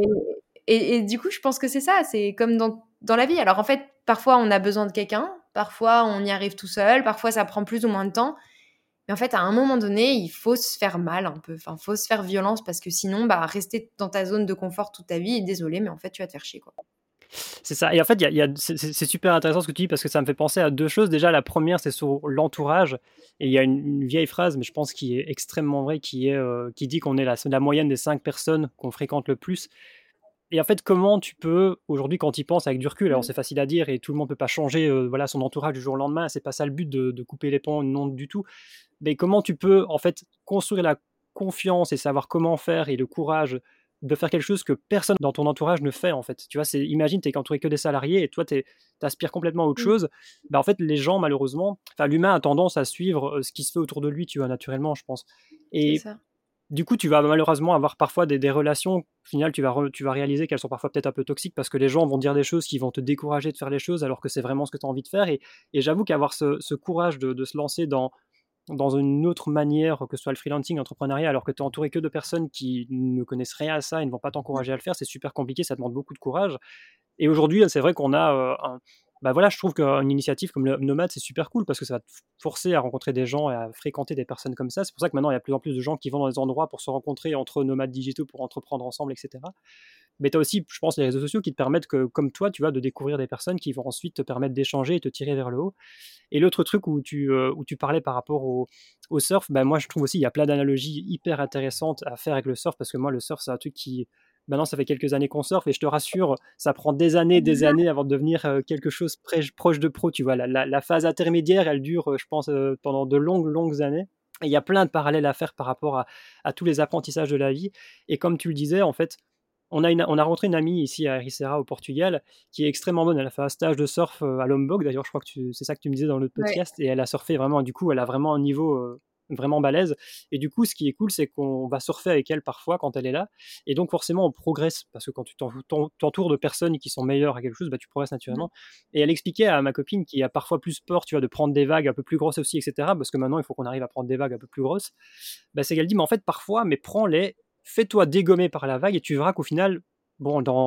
et du coup, je pense que c'est ça, c'est comme dans la vie. Alors, en fait, parfois, on a besoin de quelqu'un, parfois, on y arrive tout seul, parfois, ça prend plus ou moins de temps. Mais en fait, à un moment donné, il faut se faire mal un peu. Enfin, faut se faire violence parce que sinon, bah, rester dans ta zone de confort toute ta vie, désolé, mais en fait, tu vas te faire chier, quoi. C'est ça. Et en fait, c'est super intéressant ce que tu dis parce que ça me fait penser à deux choses. Déjà, la première, c'est sur l'entourage. Et il y a une vieille phrase, mais je pense qui est extrêmement vraie, qui dit qu'on est la moyenne des 5 personnes qu'on fréquente le plus. Et en fait, comment tu peux, aujourd'hui, quand tu y penses avec du recul, alors c'est facile à dire et tout le monde ne peut pas changer voilà, son entourage du jour au lendemain, c'est pas ça le but de couper les ponts, non du tout. Mais comment tu peux, en fait, construire la confiance et savoir comment faire et le courage de faire quelque chose que personne dans ton entourage ne fait, en fait. Tu vois, imagine, tu es entouré que des salariés et toi, tu aspires complètement à autre chose. Bah, en fait, les gens, malheureusement, enfin, l'humain a tendance à suivre ce qui se fait autour de lui, tu vois, naturellement, je pense. C'est Et ça. du coup, tu vas malheureusement avoir parfois des relations, au final, tu vas réaliser qu'elles sont parfois peut-être un peu toxiques parce que les gens vont dire des choses qui vont te décourager de faire les choses alors que c'est vraiment ce que tu as envie de faire. Et j'avoue qu'avoir ce courage de se lancer dans une autre manière, que ce soit le freelancing, l'entrepreneuriat, alors que tu es entouré que de personnes qui ne connaissent rien à ça et ne vont pas t'encourager à le faire, c'est super compliqué, ça demande beaucoup de courage. Et aujourd'hui, c'est vrai qu'on a bah voilà, je trouve qu'une initiative comme le Nomade, c'est super cool parce que ça va te forcer à rencontrer des gens et à fréquenter des personnes comme ça. C'est pour ça que maintenant, il y a de plus en plus de gens qui vont dans des endroits pour se rencontrer entre nomades digitaux pour entreprendre ensemble, etc. Mais tu as aussi, je pense, les réseaux sociaux qui te permettent, comme toi, tu vois, de découvrir des personnes qui vont ensuite te permettre d'échanger et te tirer vers le haut. Et l'autre truc où tu parlais par rapport au surf, bah moi je trouve aussi il y a plein d'analogies hyper intéressantes à faire avec le surf parce que moi le surf c'est un truc qui maintenant ça fait quelques années qu'on surfe et je te rassure ça prend des années avant de devenir quelque chose proche de pro, tu vois, la phase intermédiaire elle dure je pense pendant de longues années. Et il y a plein de parallèles à faire par rapport à tous les apprentissages de la vie. Et comme tu le disais, en fait, on a rencontré une amie ici à Ericeira au Portugal qui est extrêmement bonne. Elle a fait un stage de surf à Lombok, d'ailleurs, je crois que c'est ça que tu me disais dans le Ouais. podcast, et elle a surfé vraiment, du coup, elle a vraiment un niveau vraiment balèze. Et du coup, ce qui est cool, c'est qu'on va surfer avec elle parfois quand elle est là, et donc forcément, on progresse, parce que quand tu t'entoures de personnes qui sont meilleures à quelque chose, bah, tu progresses naturellement. Et elle expliquait à ma copine qui a parfois plus peur, tu vois, de prendre des vagues un peu plus grosses aussi, etc., parce que maintenant, il faut qu'on arrive à prendre des vagues un peu plus grosses. Bah, c'est qu'elle dit, mais en fait, parfois, mais prends-les, fais-toi dégommer par la vague et tu verras qu'au final, bon, dans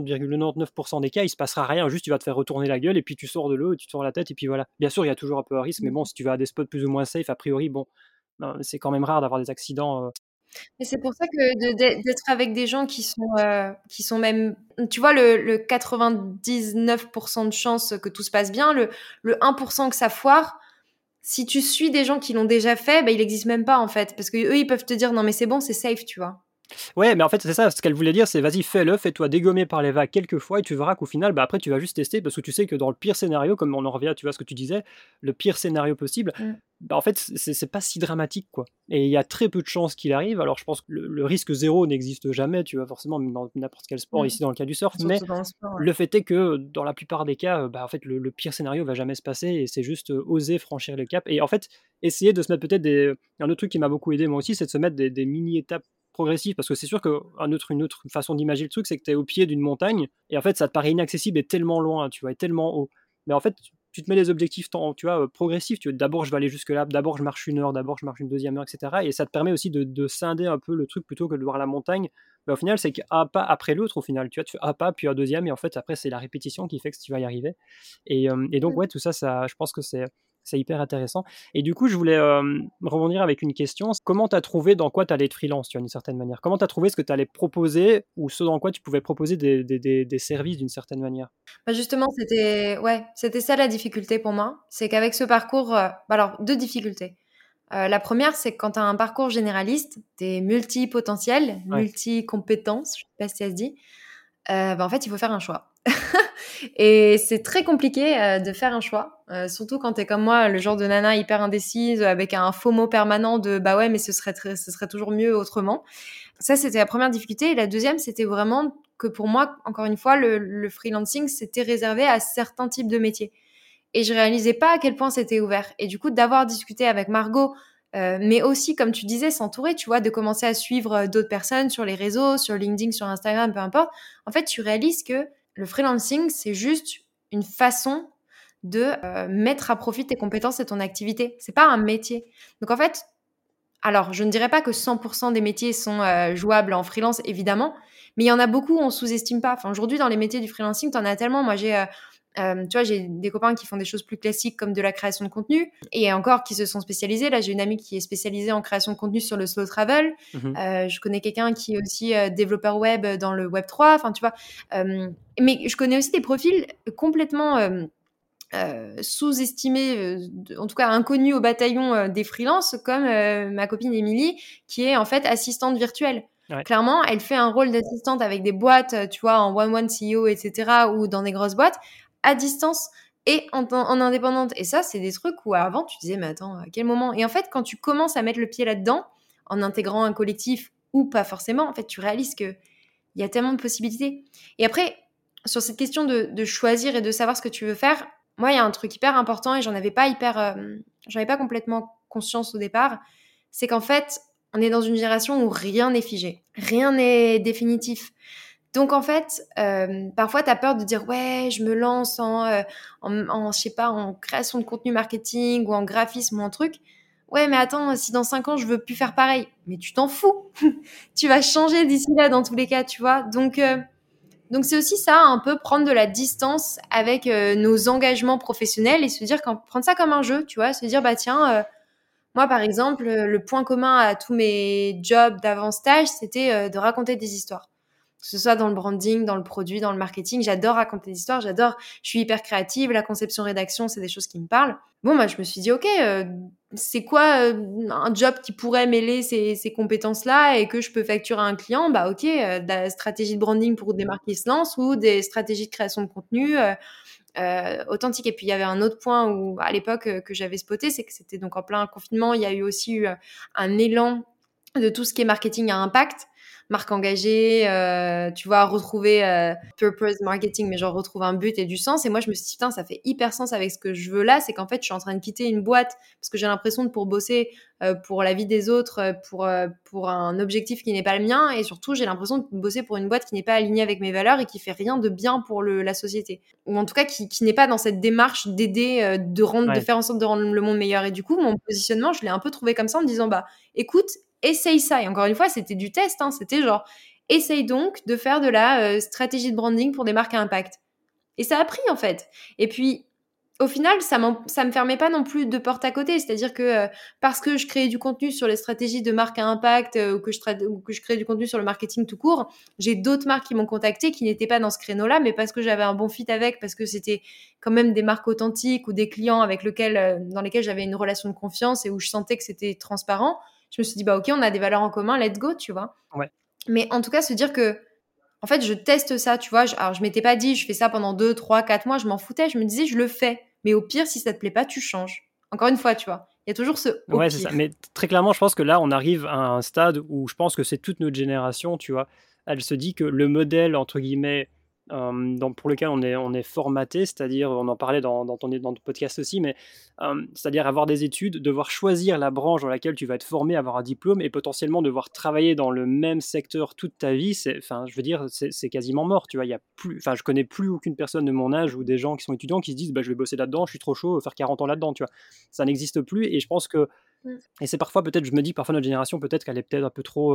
90,99% des cas, il se passera rien. Juste, tu vas te faire retourner la gueule et puis tu sors de l'eau et tu te sors la tête et puis voilà. Bien sûr, il y a toujours un peu un risque, mais bon, si tu vas à des spots plus ou moins safe, a priori, bon, c'est quand même rare d'avoir des accidents. Mais c'est pour ça que d'être avec des gens qui sont même, tu vois, le 99% de chances que tout se passe bien, le 1% que ça foire, si tu suis des gens qui l'ont déjà fait, bah, il n'existe même pas, en fait. Parce que eux, ils peuvent te dire, non, mais c'est bon, c'est safe, tu vois. Ouais, mais en fait, c'est ça, ce qu'elle voulait dire, c'est vas-y, fais-le, fais-toi dégommer par les vagues quelques fois et tu verras qu'au final, bah, après, tu vas juste tester parce que tu sais que dans le pire scénario, comme on en revient, tu vois ce que tu disais, le pire scénario possible, Mm. bah, en fait, c'est pas si dramatique, quoi. Et il y a très peu de chances qu'il arrive. Alors, je pense que le risque zéro n'existe jamais, tu vois, forcément, même dans n'importe quel sport, Mm. ici dans le cas du surf, mais Surtout dans le sport, ouais. le fait est que dans la plupart des cas, bah, en fait, le pire scénario va jamais se passer et c'est juste oser franchir le cap. Et en fait, essayer de se mettre peut-être des. Un autre truc qui m'a beaucoup aidé, moi aussi, c'est de se mettre des mini-étapes progressif parce que c'est sûr une autre façon d'imaginer le truc c'est que tu es au pied d'une montagne et en fait ça te paraît inaccessible et tellement loin tu vois et tellement haut mais en fait tu te mets des objectifs tu vois progressifs tu vois, d'abord je vais aller jusque là d'abord je marche une heure d'abord je marche une deuxième heure etc et ça te permet aussi de scinder un peu le truc plutôt que de voir la montagne mais au final c'est qu'un pas après l'autre au final tu vois tu fais un pas puis un deuxième et en fait après c'est la répétition qui fait que tu vas y arriver et donc Mm. ouais tout ça je pense que c'est hyper intéressant. Et du coup, je voulais rebondir avec une question. Comment tu as trouvé dans quoi tu allais être freelance, tu vois, d'une certaine manière? Comment tu as trouvé ce que tu allais proposer ou ce dans quoi tu pouvais proposer des services d'une certaine manière? Bah, justement, c'était ça la difficulté pour moi. C'est qu'avec ce parcours, bah, alors, deux difficultés. La première, c'est que quand tu as un parcours généraliste, tu es multipotentiel, Ouais, multi-compétence, je sais pas si ça se dit, bah, en fait, il faut faire un choix. Et c'est très compliqué de faire un choix, surtout quand t'es comme moi, le genre de nana hyper indécise, avec un FOMO permanent de bah ouais, mais ce serait toujours mieux autrement. Ça, c'était la première difficulté. Et la deuxième, c'était vraiment que pour moi, encore une fois, le freelancing, c'était réservé à certains types de métiers. Et je réalisais pas à quel point c'était ouvert. Et du coup, d'avoir discuté avec Margot, mais aussi, comme tu disais, s'entourer, tu vois, de commencer à suivre d'autres personnes sur les réseaux, sur LinkedIn, sur Instagram, peu importe. En fait, tu réalises que le freelancing, c'est juste une façon de mettre à profit tes compétences et ton activité. C'est pas un métier. Donc en fait, alors je ne dirais pas que 100% des métiers sont jouables en freelance, évidemment, mais il y en a beaucoup, on sous-estime pas. Enfin, aujourd'hui, dans les métiers du freelancing, t'en as tellement. Moi, tu vois, j'ai des copains qui font des choses plus classiques comme de la création de contenu et encore qui se sont spécialisés. Là, j'ai une amie qui est spécialisée en création de contenu sur le slow travel. Je connais quelqu'un qui est aussi développeur web dans le Web 3. Enfin, tu vois. Mais je connais aussi des profils complètement sous-estimés, en tout cas inconnus au bataillon des freelances, comme ma copine Émilie, qui est en fait assistante virtuelle. Ouais. Clairement, elle fait un rôle d'assistante avec des boîtes, tu vois, en one-one CEO, etc., ou dans des grosses boîtes, à distance et en indépendante. Et ça, c'est des trucs où avant, tu disais, mais attends, à quel moment? Et en fait, quand tu commences à mettre le pied là-dedans, en intégrant un collectif ou pas forcément, en fait, tu réalises que il y a tellement de possibilités. Et après, sur cette question de choisir et de savoir ce que tu veux faire, moi, il y a un truc hyper important et j'en avais pas complètement conscience au départ. C'est qu'en fait, on est dans une génération où rien n'est figé. Rien n'est définitif. Donc, en fait, parfois, tu as peur de dire, ouais, je me lance je sais pas, en création de contenu marketing ou en graphisme ou en truc. Ouais, mais attends, si dans 5 ans, je veux plus faire pareil, mais tu t'en fous. Tu vas changer d'ici là dans tous les cas, tu vois. Donc c'est aussi ça, un peu prendre de la distance avec nos engagements professionnels et se dire prendre ça comme un jeu, tu vois, se dire bah tiens, moi par exemple, le point commun à tous mes jobs d'avant stage, c'était de raconter des histoires. Que ce soit dans le branding, dans le produit, dans le marketing, j'adore raconter des histoires, je suis hyper créative, la conception, rédaction, c'est des choses qui me parlent. Bon, bah, je me suis dit, ok, c'est quoi un job qui pourrait mêler ces compétences-là et que je peux facturer à un client? Bah, ok, de la stratégie de branding pour des marques qui se lancent ou des stratégies de création de contenu authentique. Et puis, il y avait un autre point où, à l'époque, que j'avais spoté, c'est que c'était donc en plein confinement, il y a eu aussi un élan de tout ce qui est marketing à impact, marque engagée, tu vois, retrouver purpose marketing, mais genre retrouver un but et du sens. Et moi, je me suis dit, putain, ça fait hyper sens avec ce que je veux là. C'est qu'en fait, je suis en train de quitter une boîte parce que j'ai l'impression de pour bosser pour la vie des autres, pour un objectif qui n'est pas le mien. Et surtout, j'ai l'impression de bosser pour une boîte qui n'est pas alignée avec mes valeurs et qui fait rien de bien pour la société. Ou en tout cas, qui n'est pas dans cette démarche d'aider, de faire en sorte de rendre le monde meilleur. Et du coup, mon positionnement, je l'ai un peu trouvé comme ça en me disant, bah, écoute, essaye ça. Et encore une fois, c'était du test, hein, c'était genre, essaye donc de faire de la stratégie de branding pour des marques à impact. Et ça a pris, en fait. Et puis, au final, ça me fermait pas non plus de porte à côté. C'est-à-dire que parce que je créais du contenu sur les stratégies de marque à impact ou que je créais du contenu sur le marketing tout court, j'ai d'autres marques qui m'ont contacté qui n'étaient pas dans ce créneau-là, mais parce que j'avais un bon fit avec, parce que c'était quand même des marques authentiques ou des clients dans lesquels j'avais une relation de confiance et où je sentais que c'était transparent. Je me suis dit, bah ok, on a des valeurs en commun, let's go, tu vois. Ouais. Mais en tout cas, se dire que en fait, je teste ça, tu vois. Alors, je m'étais pas dit, je fais ça pendant 2, 3, 4 mois, je m'en foutais. Je me disais, je le fais. Mais au pire, si ça te plaît pas, tu changes. Encore une fois, tu vois. Il y a toujours ce au Ouais, c'est ça. pire. Mais très clairement, je pense que là, on arrive à un stade où je pense que c'est toute notre génération, tu vois. Elle se dit que le modèle, entre guillemets, pour lequel on est formaté, c'est-à-dire, on en parlait dans ton podcast aussi, mais c'est-à-dire avoir des études, devoir choisir la branche dans laquelle tu vas être formé, avoir un diplôme et potentiellement devoir travailler dans le même secteur toute ta vie, enfin, je veux dire, c'est quasiment mort, tu vois. Il y a plus, enfin, je connais plus aucune personne de mon âge ou des gens qui sont étudiants qui se disent, bah, je vais bosser là-dedans, je suis trop chaud, faire 40 ans là-dedans, tu vois. Ça n'existe plus et je pense que et c'est parfois peut-être, je me dis parfois notre génération, peut-être qu'elle est peut-être un peu trop,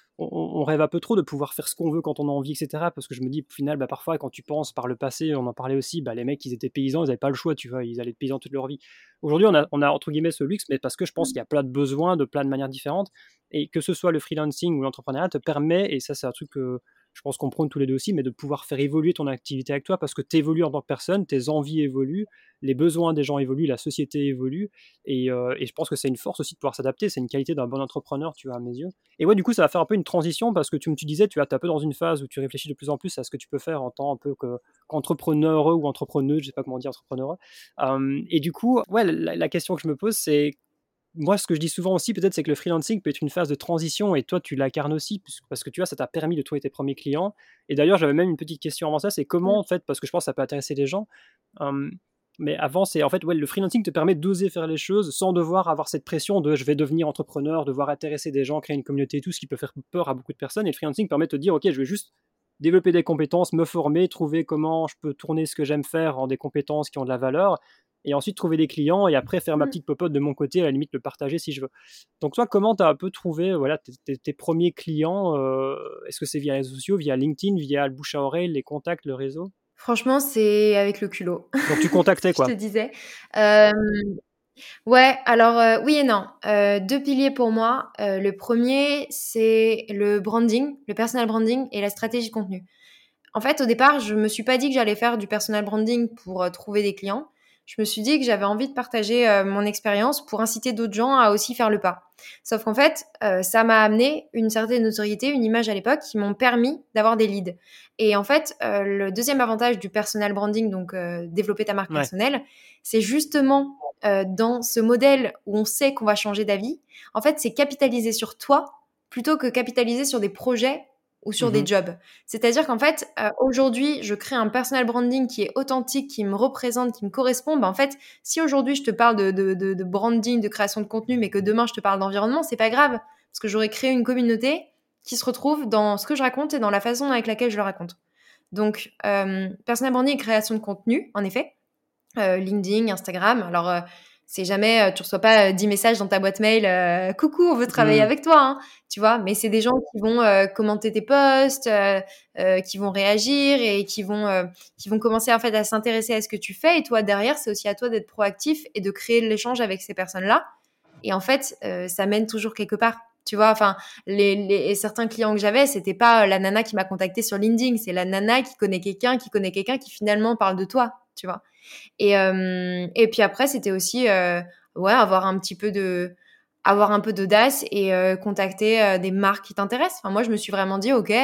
on rêve un peu trop de pouvoir faire ce qu'on veut quand on a envie, etc. Parce que je me dis, au final, bah, parfois, quand tu penses par le passé, on en parlait aussi, bah, les mecs, ils étaient paysans, ils n'avaient pas le choix, tu vois, ils allaient être paysans toute leur vie. Aujourd'hui, on a entre guillemets ce luxe, mais parce que je pense qu'il y a plein de besoins, de plein de manières différentes, et que ce soit le freelancing ou l'entrepreneuriat te permet, et ça, c'est un truc que je pense qu'on prône tous les deux aussi, mais de pouvoir faire évoluer ton activité avec toi parce que tu évolues en tant que personne, tes envies évoluent, les besoins des gens évoluent, la société évolue. Et je pense que c'est une force aussi de pouvoir s'adapter. C'est une qualité d'un bon entrepreneur, tu vois, à mes yeux. Et ouais, du coup, ça va faire un peu une transition parce que tu disais, tu es un peu dans une phase où tu réfléchis de plus en plus à ce que tu peux faire en tant un peu qu'entrepreneur ou entrepreneuse, je sais pas comment dire, entrepreneur. Et du coup, ouais, la question que je me pose, c'est moi, ce que je dis souvent aussi, peut-être, c'est que le freelancing peut être une phase de transition et toi, tu l'incarnes aussi, parce que tu vois, ça t'a permis de trouver tes premiers clients. Et d'ailleurs, j'avais même une petite question avant ça, c'est comment, Mmh. en fait, parce que je pense que ça peut intéresser les gens, euh, mais avant, c'est en fait, ouais, le freelancing te permet d'oser faire les choses sans devoir avoir cette pression de je vais devenir entrepreneur, devoir intéresser des gens, créer une communauté et tout, ce qui peut faire peur à beaucoup de personnes. Et le freelancing permet de te dire, ok, je vais juste développer des compétences, me former, trouver comment je peux tourner ce que j'aime faire en des compétences qui ont de la valeur, et ensuite trouver des clients et après faire ma Mmh. petite popote de mon côté, à la limite le partager si je veux. Donc toi, comment tu as un peu trouvé voilà, tes premiers clients est-ce que c'est via les réseaux sociaux, via LinkedIn, via le bouche à oreille, les contacts, le réseau? Franchement, c'est avec le culot, Donc tu contactais je te quoi? disais. Ouais, alors, oui et non. 2 piliers pour moi. Le premier, c'est le branding, le personal branding et la stratégie de contenu. En fait, au départ, je me suis pas dit que j'allais faire du personal branding pour trouver des clients. Je me suis dit que j'avais envie de partager mon expérience pour inciter d'autres gens à aussi faire le pas. Sauf qu'en fait, ça m'a amené une certaine notoriété, une image à l'époque qui m'ont permis d'avoir des leads. Et en fait, le deuxième avantage du personal branding, donc développer ta marque Ouais. personnelle, c'est justement dans ce modèle où on sait qu'on va changer d'avis. En fait, c'est capitaliser sur toi plutôt que capitaliser sur des projets ou sur des Mhm. jobs. C'est-à-dire qu'en fait, aujourd'hui, je crée un personal branding qui est authentique, qui me représente, qui me correspond. Ben, en fait, si aujourd'hui je te parle de branding, de création de contenu, mais que demain je te parle d'environnement, c'est pas grave, parce que j'aurais créé une communauté qui se retrouve dans ce que je raconte et dans la façon avec laquelle je le raconte. Donc, personal branding et création de contenu, en effet. LinkedIn, Instagram. Alors, c'est jamais, tu reçois pas 10 messages dans ta boîte mail, coucou, on veut travailler Mhm. avec toi, hein, tu vois. Mais c'est des gens qui vont commenter tes posts, qui vont réagir et qui vont commencer en fait à s'intéresser à ce que tu fais. Et toi, derrière, c'est aussi à toi d'être proactif et de créer l'échange avec ces personnes-là. Et en fait, ça mène toujours quelque part. Tu vois, enfin, certains clients que j'avais, c'était pas la nana qui m'a contacté sur LinkedIn, c'est la nana qui connaît quelqu'un qui finalement parle de toi, tu vois. Et puis après, c'était aussi ouais, avoir un peu d'audace et contacter des marques qui t'intéressent. Enfin, moi, je me suis vraiment dit, ok,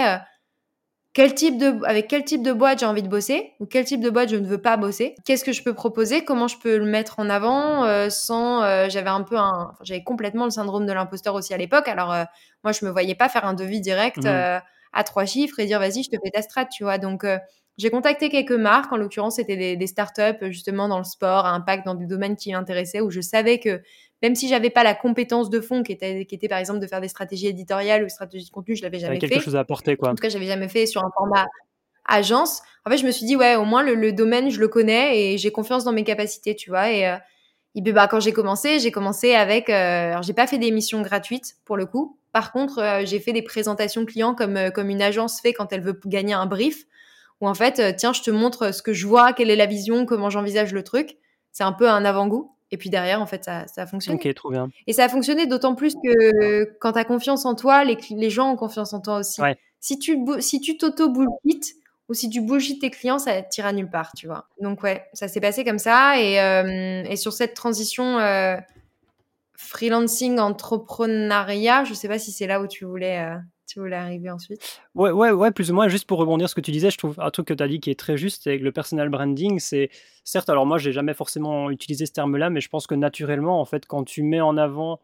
avec quel type de boîte j'ai envie de bosser ou quel type de boîte je ne veux pas bosser. Qu'est-ce que je peux proposer? Comment je peux le mettre en avant sans j'avais complètement le syndrome de l'imposteur aussi à l'époque. Alors moi je me voyais pas faire un devis direct Mhm. à 3 chiffres et dire vas-y je te fais ta strat, tu vois. Donc j'ai contacté quelques marques. En l'occurrence c'était des startups justement dans le sport à impact dans des domaines qui m'intéressaient où je savais que même si j'avais pas la compétence de fond qui était par exemple de faire des stratégies éditoriales ou stratégies de contenu, je l'avais T'avais jamais quelque fait. chose à apporter En quoi. tout cas, j'avais jamais fait sur un format agence. En fait, je me suis dit, ouais, au moins le domaine, je le connais et j'ai confiance dans mes capacités, tu vois. Et puis, bah, quand j'ai commencé avec. Alors, j'ai pas fait d'émissions gratuites pour le coup. Par contre, j'ai fait des présentations clients comme une agence fait quand elle veut gagner un brief. Où en fait, tiens, je te montre ce que je vois, quelle est la vision, comment j'envisage le truc. C'est un peu un avant-goût. Et puis derrière, en fait, ça a fonctionné. Ok, trop bien. Et ça a fonctionné d'autant plus que quand tu as confiance en toi, les gens ont confiance en toi aussi. Ouais. Si tu t'auto-bullshit ou si tu bullshit tes clients, ça t'ira nulle part, tu vois. Donc ouais, ça s'est passé comme ça. Et sur cette transition freelancing, entrepreneuriat, je sais pas si c'est là où tu voulais arriver ensuite. Ouais, ouais, ouais, plus ou moins, juste pour rebondir sur ce que tu disais, je trouve un truc que tu as dit qui est très juste, c'est que le personal branding, c'est certes, alors moi, j'ai jamais forcément utilisé ce terme-là, mais je pense que naturellement, en fait, quand tu mets en avant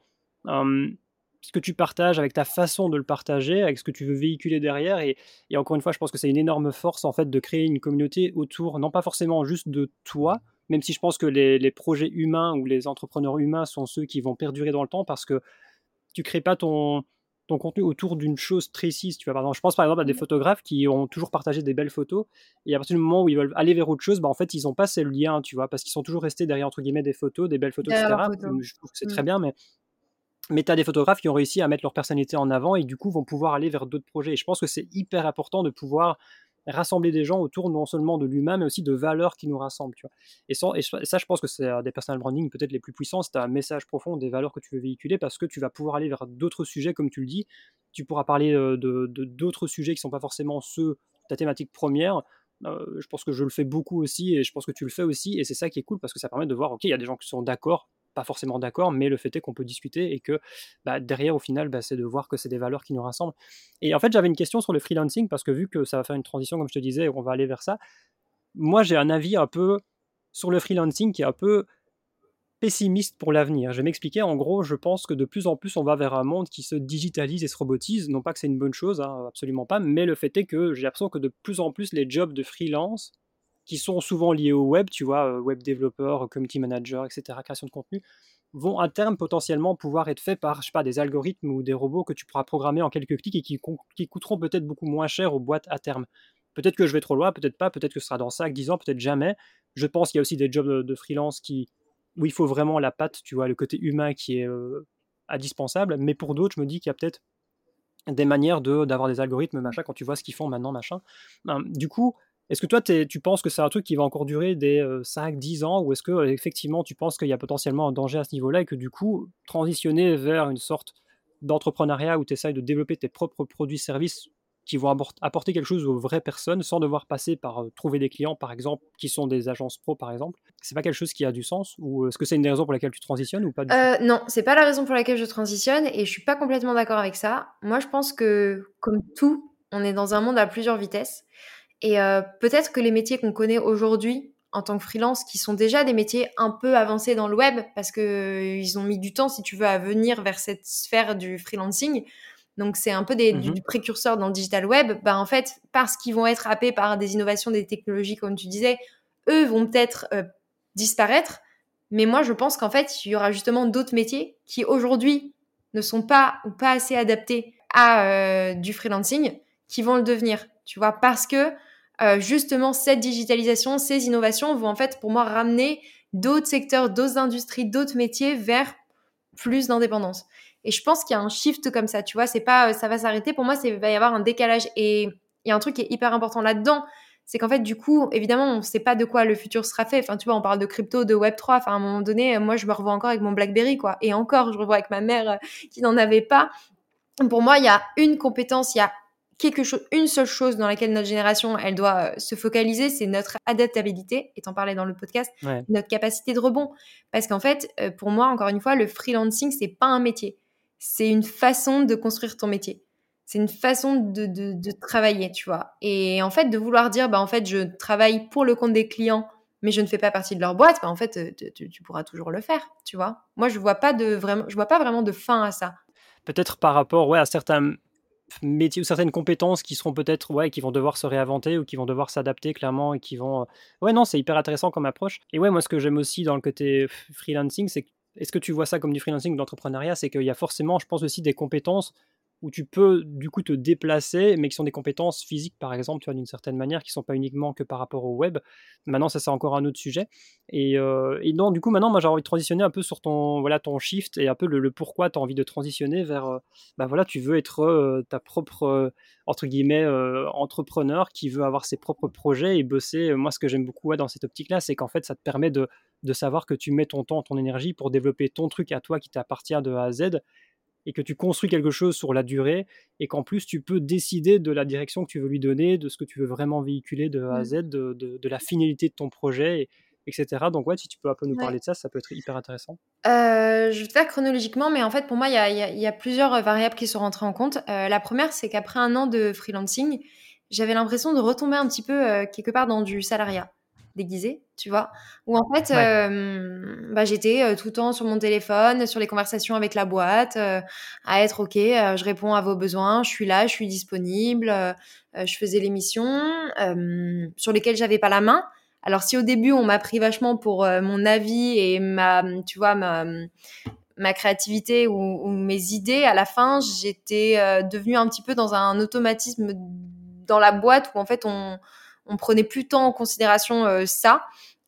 ce que tu partages avec ta façon de le partager, avec ce que tu veux véhiculer derrière, et encore une fois, je pense que c'est une énorme force, en fait, de créer une communauté autour, non pas forcément juste de toi, même si je pense que les projets humains ou les entrepreneurs humains sont ceux qui vont perdurer dans le temps parce que tu crées pas ton contenu autour d'une chose précise. Tu vois, par exemple, je pense par exemple à des photographes qui ont toujours partagé des belles photos et à partir du moment où ils veulent aller vers autre chose, bah, en fait, ils n'ont pas ce lien, tu vois, parce qu'ils sont toujours restés derrière entre guillemets des photos, des belles photos, Derrière leur etc. photo. Je trouve que c'est très bien, mais tu as des photographes qui ont réussi à mettre leur personnalité en avant et du coup vont pouvoir aller vers d'autres projets. Et je pense que c'est hyper important de pouvoir rassembler des gens autour non seulement de l'humain, mais aussi de valeurs qui nous rassemblent, tu vois. Et ça, je pense que c'est des personal branding peut-être les plus puissants, c'est un message profond, des valeurs que tu veux véhiculer, parce que tu vas pouvoir aller vers d'autres sujets, comme tu le dis. Tu pourras parler d'autres sujets qui ne sont pas forcément ceux ta thématique première. Je pense que je le fais beaucoup aussi, et je pense que tu le fais aussi, et c'est ça qui est cool, parce que ça permet de voir, ok, il y a des gens qui sont d'accord, pas forcément d'accord, mais le fait est qu'on peut discuter, et que derrière, au final, c'est de voir que c'est des valeurs qui nous rassemblent. Et en fait, j'avais une question sur le freelancing, parce que vu que ça va faire une transition, comme je te disais, on va aller vers ça, moi j'ai un avis un peu sur le freelancing qui est un peu pessimiste pour l'avenir. Je vais m'expliquer. En gros, je pense que de plus en plus, on va vers un monde qui se digitalise et se robotise. Non pas que c'est une bonne chose, hein, absolument pas, mais le fait est que j'ai l'impression que de plus en plus, les jobs de freelance, qui sont souvent liés au web, tu vois, web développeur, community manager, etc., création de contenu, vont à terme potentiellement pouvoir être faits par, je sais pas, des algorithmes ou des robots que tu pourras programmer en quelques clics et qui coûteront peut-être beaucoup moins cher aux boîtes à terme. Peut-être que je vais trop loin, peut-être pas, peut-être que ce sera dans 5, 10 ans, peut-être jamais. Je pense qu'il y a aussi des jobs de freelance où il faut vraiment la patte, tu vois, le côté humain qui est indispensable. Mais pour d'autres, je me dis qu'il y a peut-être des manières d'avoir des algorithmes, machin, quand tu vois ce qu'ils font maintenant, machin. Du coup, est-ce que toi, tu penses que c'est un truc qui va encore durer des 5, 10 ans, ou est-ce que effectivement tu penses qu'il y a potentiellement un danger à ce niveau-là, et que du coup, transitionner vers une sorte d'entrepreneuriat où tu essayes de développer tes propres produits-services qui vont apporter quelque chose aux vraies personnes sans devoir passer par trouver des clients, par exemple, qui sont des agences pro, par exemple, c'est pas quelque chose qui a du sens, ou est-ce que c'est une des raisons pour laquelle tu transitionnes ou pas du tout? Non, c'est pas la raison pour laquelle je transitionne et je suis pas complètement d'accord avec ça. Moi, je pense que, comme tout, on est dans un monde à plusieurs vitesses et peut-être que les métiers qu'on connaît aujourd'hui en tant que freelance, qui sont déjà des métiers un peu avancés dans le web, parce qu'ils ont mis du temps, si tu veux, à venir vers cette sphère du freelancing. Donc, c'est un peu du précurseur dans le digital web. En fait, parce qu'ils vont être happés par des innovations, des technologies, comme tu disais, eux vont peut-être disparaître. Mais moi, je pense qu'en fait, il y aura justement d'autres métiers qui aujourd'hui ne sont pas ou pas assez adaptés à du freelancing, qui vont le devenir, tu vois, parce que justement cette digitalisation, ces innovations vont en fait pour moi ramener d'autres secteurs, d'autres industries, d'autres métiers vers plus d'indépendance. Et je pense qu'il y a un shift comme ça, tu vois, c'est pas ça va s'arrêter. Pour moi, il va y avoir un décalage. Et il y a un truc qui est hyper important là-dedans, c'est qu'en fait, du coup, évidemment, on ne sait pas de quoi le futur sera fait. Enfin, tu vois, on parle de crypto, de Web3. Enfin, à un moment donné, moi, je me revois encore avec mon BlackBerry, quoi. Et encore, je revois avec ma mère qui n'en avait pas. Pour moi, il y a une compétence, il y a quelque chose, une seule chose dans laquelle notre génération, elle doit se focaliser, c'est notre adaptabilité. Et t'en parlais dans le podcast, Ouais. notre capacité de rebond. Parce qu'en fait, pour moi, encore une fois, le freelancing, c'est pas un métier. C'est une façon de construire ton métier. C'est une façon de travailler, tu vois. Et en fait, de vouloir dire, en fait, je travaille pour le compte des clients, mais je ne fais pas partie de leur boîte, en fait, tu pourras toujours le faire, tu vois. Moi, je vois pas vraiment de fin à ça. Peut-être par rapport à certains métiers ou certaines compétences qui seront peut-être, qui vont devoir se réinventer ou qui vont devoir s'adapter clairement, et qui vont. Ouais, non, c'est hyper intéressant comme approche. Et ouais, moi, ce que j'aime aussi dans le côté freelancing, c'est est-ce que tu vois ça comme du freelancing ou de l'entrepreneuriat? C'est qu'il y a forcément, je pense, aussi des compétences où tu peux du coup te déplacer, mais qui sont des compétences physiques, par exemple, tu vois, d'une certaine manière, qui sont pas uniquement que par rapport au web. Maintenant, ça, c'est encore un autre sujet. Et non, du coup, maintenant, moi, j'ai envie de transitionner un peu sur ton shift, et un peu le pourquoi tu as envie de transitionner vers, voilà, tu veux être ta propre, entre guillemets, entrepreneur qui veut avoir ses propres projets et bosser. Moi, ce que j'aime beaucoup dans cette optique-là, c'est qu'en fait, ça te permet de savoir que tu mets ton temps, ton énergie pour développer ton truc à toi qui t'appartient de A à Z, et que tu construis quelque chose sur la durée, et qu'en plus tu peux décider de la direction que tu veux lui donner, de ce que tu veux vraiment véhiculer de A à Z, de la finalité de ton projet, etc. Donc ouais, si tu peux un peu nous Ouais. parler de ça, ça peut être hyper intéressant. Je vais te faire chronologiquement, mais en fait, pour moi, il y a plusieurs variables qui sont rentrées en compte. La première, c'est qu'après un an de freelancing, j'avais l'impression de retomber un petit peu quelque part dans du salariat déguisé, tu vois, où en fait, Ouais. j'étais tout le temps sur mon téléphone, sur les conversations avec la boîte, à être OK, je réponds à vos besoins, je suis là, je suis disponible, je faisais les missions sur lesquelles j'avais pas la main. Alors si au début on m'a pris vachement pour mon avis et tu vois, ma créativité ou mes idées, à la fin j'étais devenue un petit peu dans un automatisme dans la boîte où en fait on prenait plus tant en considération ça.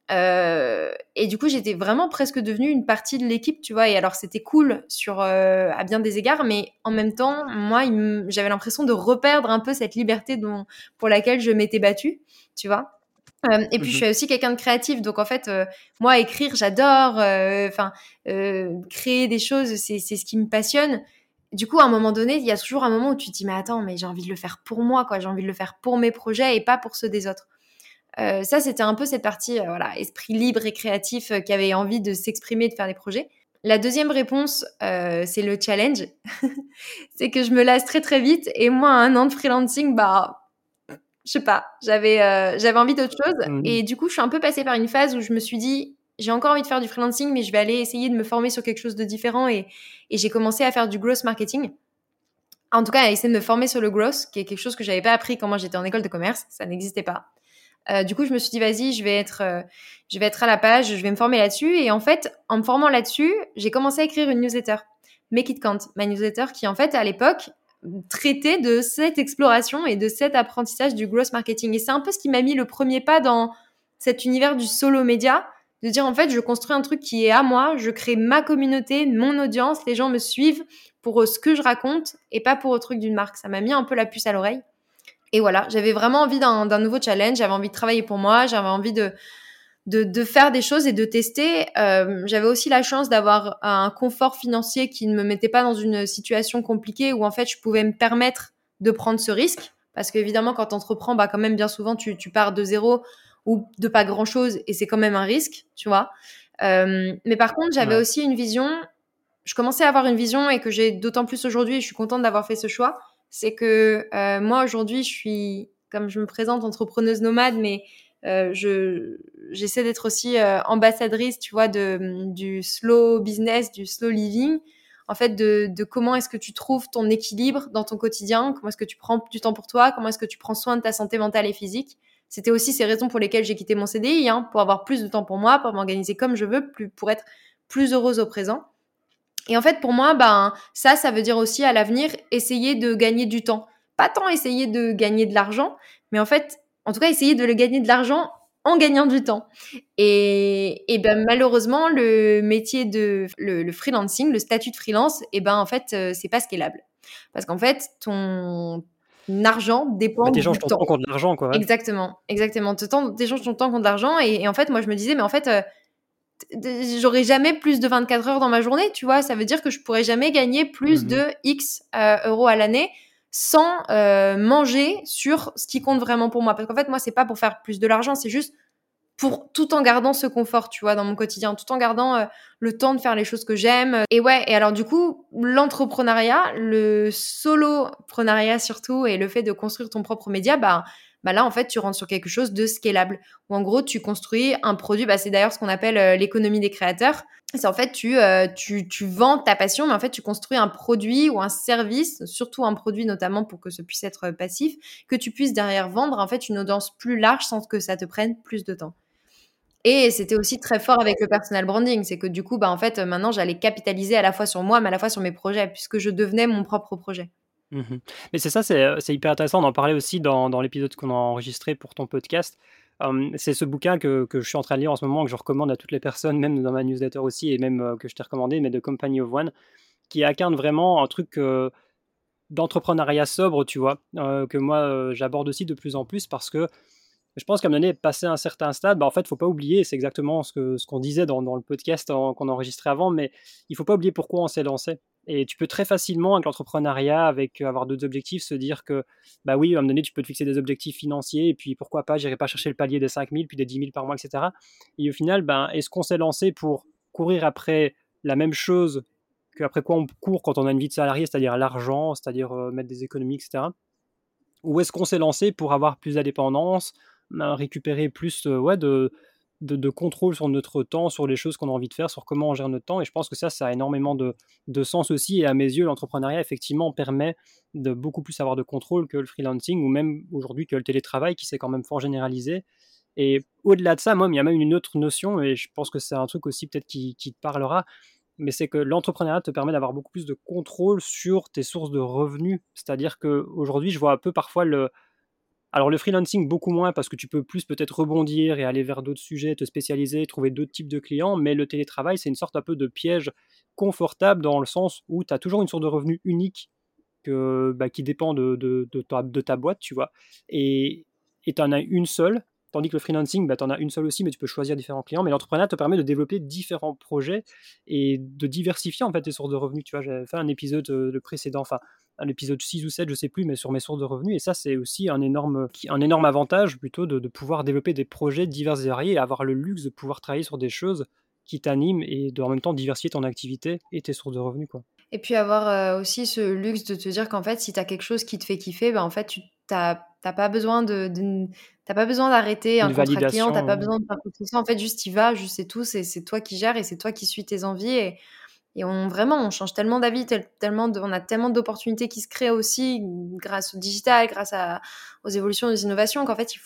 Et du coup, j'étais vraiment presque devenue une partie de l'équipe, tu vois. Et alors, c'était cool à bien des égards, mais en même temps, moi, j'avais l'impression de reperdre un peu cette liberté pour laquelle je m'étais battue, tu vois. Et puis, je suis aussi quelqu'un de créatif, donc en fait, moi, écrire, j'adore. Créer des choses, c'est ce qui me passionne. Du coup, à un moment donné, il y a toujours un moment où tu te dis, mais attends, mais j'ai envie de le faire pour moi, quoi. J'ai envie de le faire pour mes projets et pas pour ceux des autres. Ça, c'était un peu cette partie, voilà, esprit libre et créatif qui avait envie de s'exprimer, de faire des projets. La deuxième réponse, c'est le challenge. C'est que je me lasse très très vite et moi, 1 an de freelancing, bah, je sais pas, j'avais envie d'autre chose et du coup, je suis un peu passée par une phase où je me suis dit, j'ai encore envie de faire du freelancing, mais je vais aller essayer de me former sur quelque chose de différent et j'ai commencé à faire du growth marketing. En tout cas, à essayer de me former sur le growth, qui est quelque chose que j'avais pas appris quand moi j'étais en école de commerce, ça n'existait pas. Du coup, je me suis dit, vas-y, je vais être à la page, je vais me former là-dessus. Et en fait, en me formant là-dessus, j'ai commencé à écrire une newsletter, Make It Count, ma newsletter qui, en fait, à l'époque, traitait de cette exploration et de cet apprentissage du growth marketing. Et c'est un peu ce qui m'a mis le premier pas dans cet univers du solo média, de dire, en fait, je construis un truc qui est à moi, je crée ma communauté, mon audience, les gens me suivent pour ce que je raconte et pas pour le truc d'une marque. Ça m'a mis un peu la puce à l'oreille. Et voilà, j'avais vraiment envie d'un nouveau challenge, j'avais envie de travailler pour moi, j'avais envie de faire des choses et de tester. J'avais aussi la chance d'avoir un confort financier qui ne me mettait pas dans une situation compliquée où en fait je pouvais me permettre de prendre ce risque. Parce qu'évidemment, quand tu entreprends, bah, quand même bien souvent tu pars de zéro ou de pas grand chose et c'est quand même un risque, tu vois. Mais par contre, j'avais aussi une vision, je commençais à avoir une vision et que j'ai d'autant plus aujourd'hui et je suis contente d'avoir fait ce choix. C'est que moi aujourd'hui, je suis, comme je me présente, entrepreneuse nomade, mais j'essaie d'être aussi ambassadrice, tu vois, du slow business, du slow living. En fait, de comment est-ce que tu trouves ton équilibre dans ton quotidien, comment est-ce que tu prends du temps pour toi, comment est-ce que tu prends soin de ta santé mentale et physique. C'était aussi ces raisons pour lesquelles j'ai quitté mon CDI, hein, pour avoir plus de temps pour moi, pour m'organiser comme je veux, pour être plus heureuse au présent. Et en fait, pour moi, ben, ça veut dire aussi à l'avenir essayer de gagner du temps. Pas tant essayer de gagner de l'argent, mais en fait, en tout cas, essayer de le gagner de l'argent en gagnant du temps. Et ben, malheureusement, le métier le freelancing, le statut de freelance, et ben, en fait, c'est pas scalable. Parce qu'en fait, ton argent dépend T'échanges du ton temps. temps contre l'argent, quoi. Ouais. Exactement, exactement. T'échanges ton temps contre l'argent. Et en fait, moi, je me disais, mais en fait, j'aurai jamais plus de 24 heures dans ma journée, tu vois. Ça veut dire que je pourrais jamais gagner plus de X euros à l'année sans manger sur ce qui compte vraiment pour moi. Parce qu'en fait, moi, c'est pas pour faire plus de l'argent, c'est juste pour tout en gardant ce confort, tu vois, dans mon quotidien, tout en gardant le temps de faire les choses que j'aime. Et ouais, et alors du coup, l'entrepreneuriat, le soloprenariat surtout, et le fait de construire ton propre média, bah là, en fait, tu rentres sur quelque chose de scalable. Où en gros, tu construis un produit, bah c'est d'ailleurs ce qu'on appelle l'économie des créateurs. C'est en fait, tu vends ta passion, mais en fait, tu construis un produit ou un service, surtout un produit notamment pour que ce puisse être passif, que tu puisses derrière vendre en fait une audience plus large sans que ça te prenne plus de temps. Et c'était aussi très fort avec le personal branding. C'est que du coup, bah, en fait, maintenant, j'allais capitaliser à la fois sur moi, mais à la fois sur mes projets, puisque je devenais mon propre projet. Mais c'est ça, c'est hyper intéressant d'en parler aussi dans l'épisode qu'on a enregistré pour ton podcast. C'est ce bouquin que je suis en train de lire en ce moment, que je recommande à toutes les personnes, même dans ma newsletter aussi, et même que je t'ai recommandé, mais de Company of One, qui incarne vraiment un truc d'entrepreneuriat sobre, tu vois, que moi j'aborde aussi de plus en plus parce que je pense qu'à un moment donné, passé un certain stade, bah, en fait, il ne faut pas oublier, c'est exactement ce qu'on disait dans le podcast qu'on a enregistré avant, mais il ne faut pas oublier pourquoi on s'est lancé. Et tu peux très facilement, avec l'entrepreneuriat, avec avoir d'autres objectifs, se dire que, bah oui, à un moment donné, tu peux te fixer des objectifs financiers, et puis pourquoi pas, j'irai pas chercher le palier des 5 000, puis des 10 000 par mois, etc. Et au final, ben, est-ce qu'on s'est lancé pour courir après la même chose qu'après quoi on court quand on a une vie de salarié, c'est-à-dire l'argent, c'est-à-dire mettre des économies, etc. Ou est-ce qu'on s'est lancé pour avoir plus d'indépendance, récupérer plus ouais, de contrôle sur notre temps, sur les choses qu'on a envie de faire, sur comment on gère notre temps. Et je pense que ça a énormément de sens aussi. Et à mes yeux, l'entrepreneuriat, effectivement, permet de beaucoup plus avoir de contrôle que le freelancing ou même aujourd'hui que le télétravail qui s'est quand même fort généralisé. Et au-delà de ça, moi, il y a même une autre notion, et je pense que c'est un truc aussi peut-être qui te parlera, mais c'est que l'entrepreneuriat te permet d'avoir beaucoup plus de contrôle sur tes sources de revenus. C'est-à-dire qu'aujourd'hui, je vois un peu parfois Alors le freelancing, beaucoup moins parce que tu peux plus peut-être rebondir et aller vers d'autres sujets, te spécialiser, trouver d'autres types de clients, mais le télétravail, c'est une sorte un peu de piège confortable dans le sens où tu as toujours une source de revenu unique qui dépend de ta boîte, tu vois. Et tu en as une seule, tandis que le freelancing, tu en as une seule aussi, mais tu peux choisir différents clients. Mais l'entrepreneuriat te permet de développer différents projets et de diversifier en fait tes sources de revenus. Tu vois, j'avais fait un épisode le précédent, enfin un épisode 6 ou 7, je sais plus, mais sur mes sources de revenus. Et ça, c'est aussi un énorme avantage plutôt de pouvoir développer des projets divers et variés et avoir le luxe de pouvoir travailler sur des choses qui t'animent et en même temps diversifier ton activité et tes sources de revenus, quoi. Et puis avoir aussi ce luxe de te dire qu'en fait, si tu as quelque chose qui te fait kiffer, en fait, tu t'as pas besoin t'as pas besoin d'arrêter un Une contrat client, t'as pas validation. besoin de faire quoi que ce soit. En fait, juste t'y vas, juste c'est tout, c'est toi qui gères et c'est toi qui suis tes envies. Et on change tellement d'avis, on a tellement d'opportunités qui se créent aussi grâce au digital, aux évolutions, aux innovations, qu'en fait,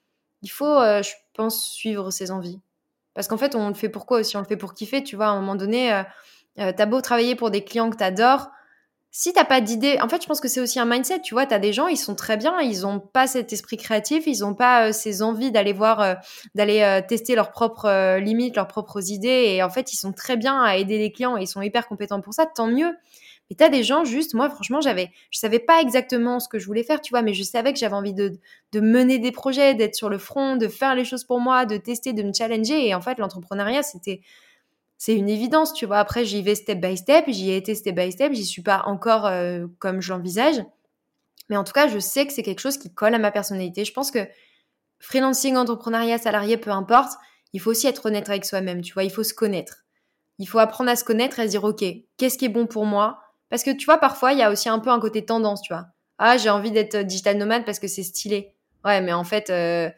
je pense, suivre ses envies. Parce qu'en fait, on le fait pour quoi aussi? On le fait pour kiffer, tu vois. À un moment donné, t'as beau travailler pour des clients que t'adores, si t'as pas d'idée, en fait, je pense que c'est aussi un mindset, tu vois. T'as des gens, ils sont très bien, ils ont pas cet esprit créatif, ils ont pas ces envies d'aller tester leurs propres limites, leurs propres idées. Et en fait, ils sont très bien à aider les clients et ils sont hyper compétents pour ça, tant mieux. Mais t'as des gens, juste, moi, franchement, je savais pas exactement ce que je voulais faire, tu vois, mais je savais que j'avais envie de mener des projets, d'être sur le front, de faire les choses pour moi, de tester, de me challenger. Et en fait, l'entrepreneuriat, c'est une évidence, tu vois. Après, j'y vais step by step, j'y ai été step by step, j'y suis pas encore comme je l'envisage. Mais en tout cas, je sais que c'est quelque chose qui colle à ma personnalité. Je pense que freelancing, entrepreneuriat, salarié, peu importe, il faut aussi être honnête avec soi-même, tu vois. Il faut se connaître. Il faut apprendre à se connaître et à se dire, OK, qu'est-ce qui est bon pour moi? Parce que tu vois, parfois, il y a aussi un peu un côté tendance, tu vois. Ah, j'ai envie d'être digital nomade parce que c'est stylé. Ouais, mais en fait,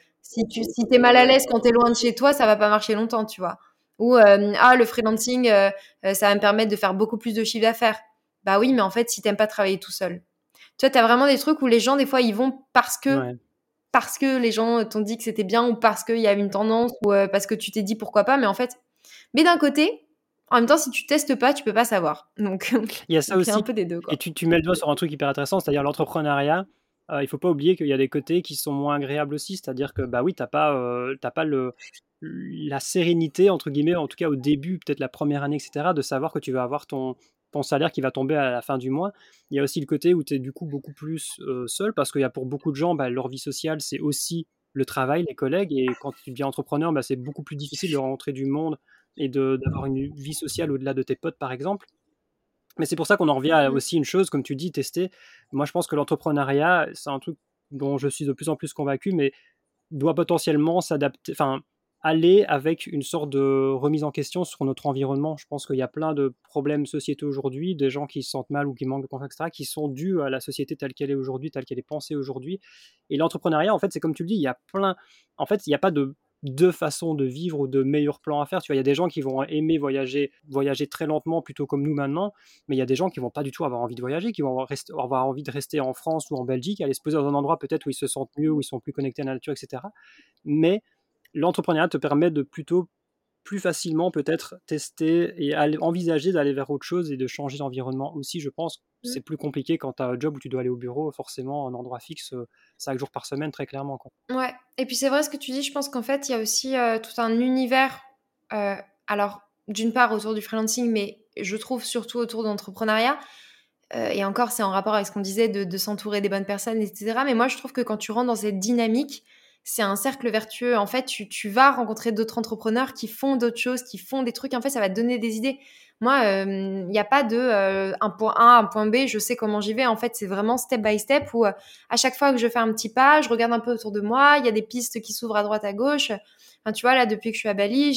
si t'es mal à l'aise quand t'es loin de chez toi, ça va pas marcher longtemps, tu vois. Ou, le freelancing, ça va me permettre de faire beaucoup plus de chiffre d'affaires. Bah oui, mais en fait, si t'aimes pas travailler tout seul. Tu vois, t'as vraiment des trucs où les gens, des fois, ils vont Ouais. parce que les gens t'ont dit que c'était bien ou parce qu'il y a une tendance ou parce que tu t'es dit pourquoi pas. Mais d'un côté, en même temps, si tu testes pas, tu peux pas savoir. Donc, Il y a ça donc c'est un aussi peu des deux, et quoi. tu mets le doigt sur un truc hyper intéressant, c'est-à-dire l'entrepreneuriat, il faut pas oublier qu'il y a des côtés qui sont moins agréables aussi. C'est-à-dire que, bah, oui, tu pas la «sérénité» entre guillemets, en tout cas au début, peut-être la première année et cetera, de savoir que tu vas avoir ton salaire qui va tomber à la fin du mois. Il y a aussi le côté où tu es du coup beaucoup plus, seul parce qu'il y a pour beaucoup de gens, bah, leur vie sociale, c'est aussi le travail, les collègues et quand tu deviens entrepreneur, bah, c'est beaucoup plus difficile de rencontrer du monde et d'avoir une vie sociale au-delà de tes potes, par exemple. Mais c'est pour ça qu'on en revient à Mmh. aussi une chose, comme tu dis, tester. Moi, je pense que l'entrepreneuriat, c'est un truc dont je suis de plus en plus convaincu, mais doit potentiellement s'adapter, enfin, aller avec une sorte de remise en question sur notre environnement. Je pense qu'il y a plein de problèmes sociétaux aujourd'hui, des gens qui se sentent mal ou qui manquent de confiance, etc., qui sont dus à la société telle qu'elle est aujourd'hui, telle qu'elle est pensée aujourd'hui. Et l'entrepreneuriat, en fait, c'est comme tu le dis, il y a plein. En fait, il n'y a pas de deux façons de vivre ou de meilleurs plans à faire. Tu vois, il y a des gens qui vont aimer voyager très lentement, plutôt comme nous maintenant, mais il y a des gens qui vont pas du tout avoir envie de voyager, qui vont avoir envie de rester en France ou en Belgique, aller se poser dans un endroit peut-être où ils se sentent mieux, où ils sont plus connectés à la nature, etc. Mais l'entrepreneuriat te permet de plutôt plus facilement peut-être tester et envisager d'aller vers autre chose et de changer d'environnement aussi. Je pense que Mmh. c'est plus compliqué quand tu as un job où tu dois aller au bureau, forcément un endroit fixe, 5 jours par semaine, très clairement, quoi. Ouais, et puis c'est vrai ce que tu dis, je pense qu'en fait, il y a aussi, tout un univers, heu, alors d'une part autour du freelancing, mais je trouve surtout autour de l'entrepreneuriat, et encore c'est en rapport avec ce qu'on disait de s'entourer des bonnes personnes et cetera. Mais moi je trouve que quand tu rentres dans cette dynamique, c'est un cercle vertueux. En fait, tu vas rencontrer d'autres entrepreneurs qui font d'autres choses, qui font des trucs. En fait, ça va te donner des idées. Moi, il y a pas de, un point A, un point B, je sais comment j'y vais. En fait, c'est vraiment step by step où, à chaque fois que je fais un petit pas, je regarde un peu autour de moi, il y a des pistes qui s'ouvrent à droite, à gauche. Enfin, tu vois, là, depuis que je suis à Bali,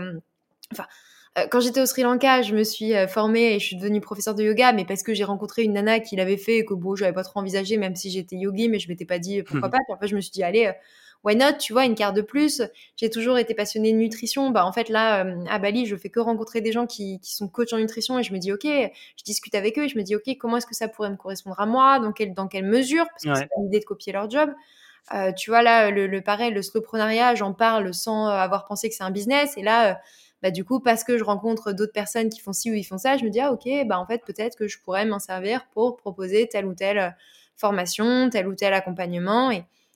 enfin, quand j'étais au Sri Lanka, je me suis formée et je suis devenue professeure de yoga, mais parce que j'ai rencontré une nana qui l'avait fait et que bon, j'avais pas trop envisagé, même si j'étais yogi, mais je m'étais pas dit pourquoi pas. Puis après, je me suis dit, allez, why not, tu vois, une carte de plus. J'ai toujours été passionnée de nutrition. Bah, en fait, là, à Bali, je fais que rencontrer des gens qui sont coachs en nutrition et je me dis, ok, je discute avec eux et je me dis, ok, comment est-ce que ça pourrait me correspondre à moi, dans quelle mesure, parce que c'est Ouais. pas l'idée de copier leur job. Tu vois, là, pareil, le slowpreneuriat, j'en parle sans avoir pensé que c'est un business. Et là, bah, du coup, parce que je rencontre d'autres personnes qui font ci ou ils font ça, je me dis, ah, ok, bah, en fait, peut-être que je pourrais m'en servir pour proposer telle ou telle formation, tel ou tel accompagnement.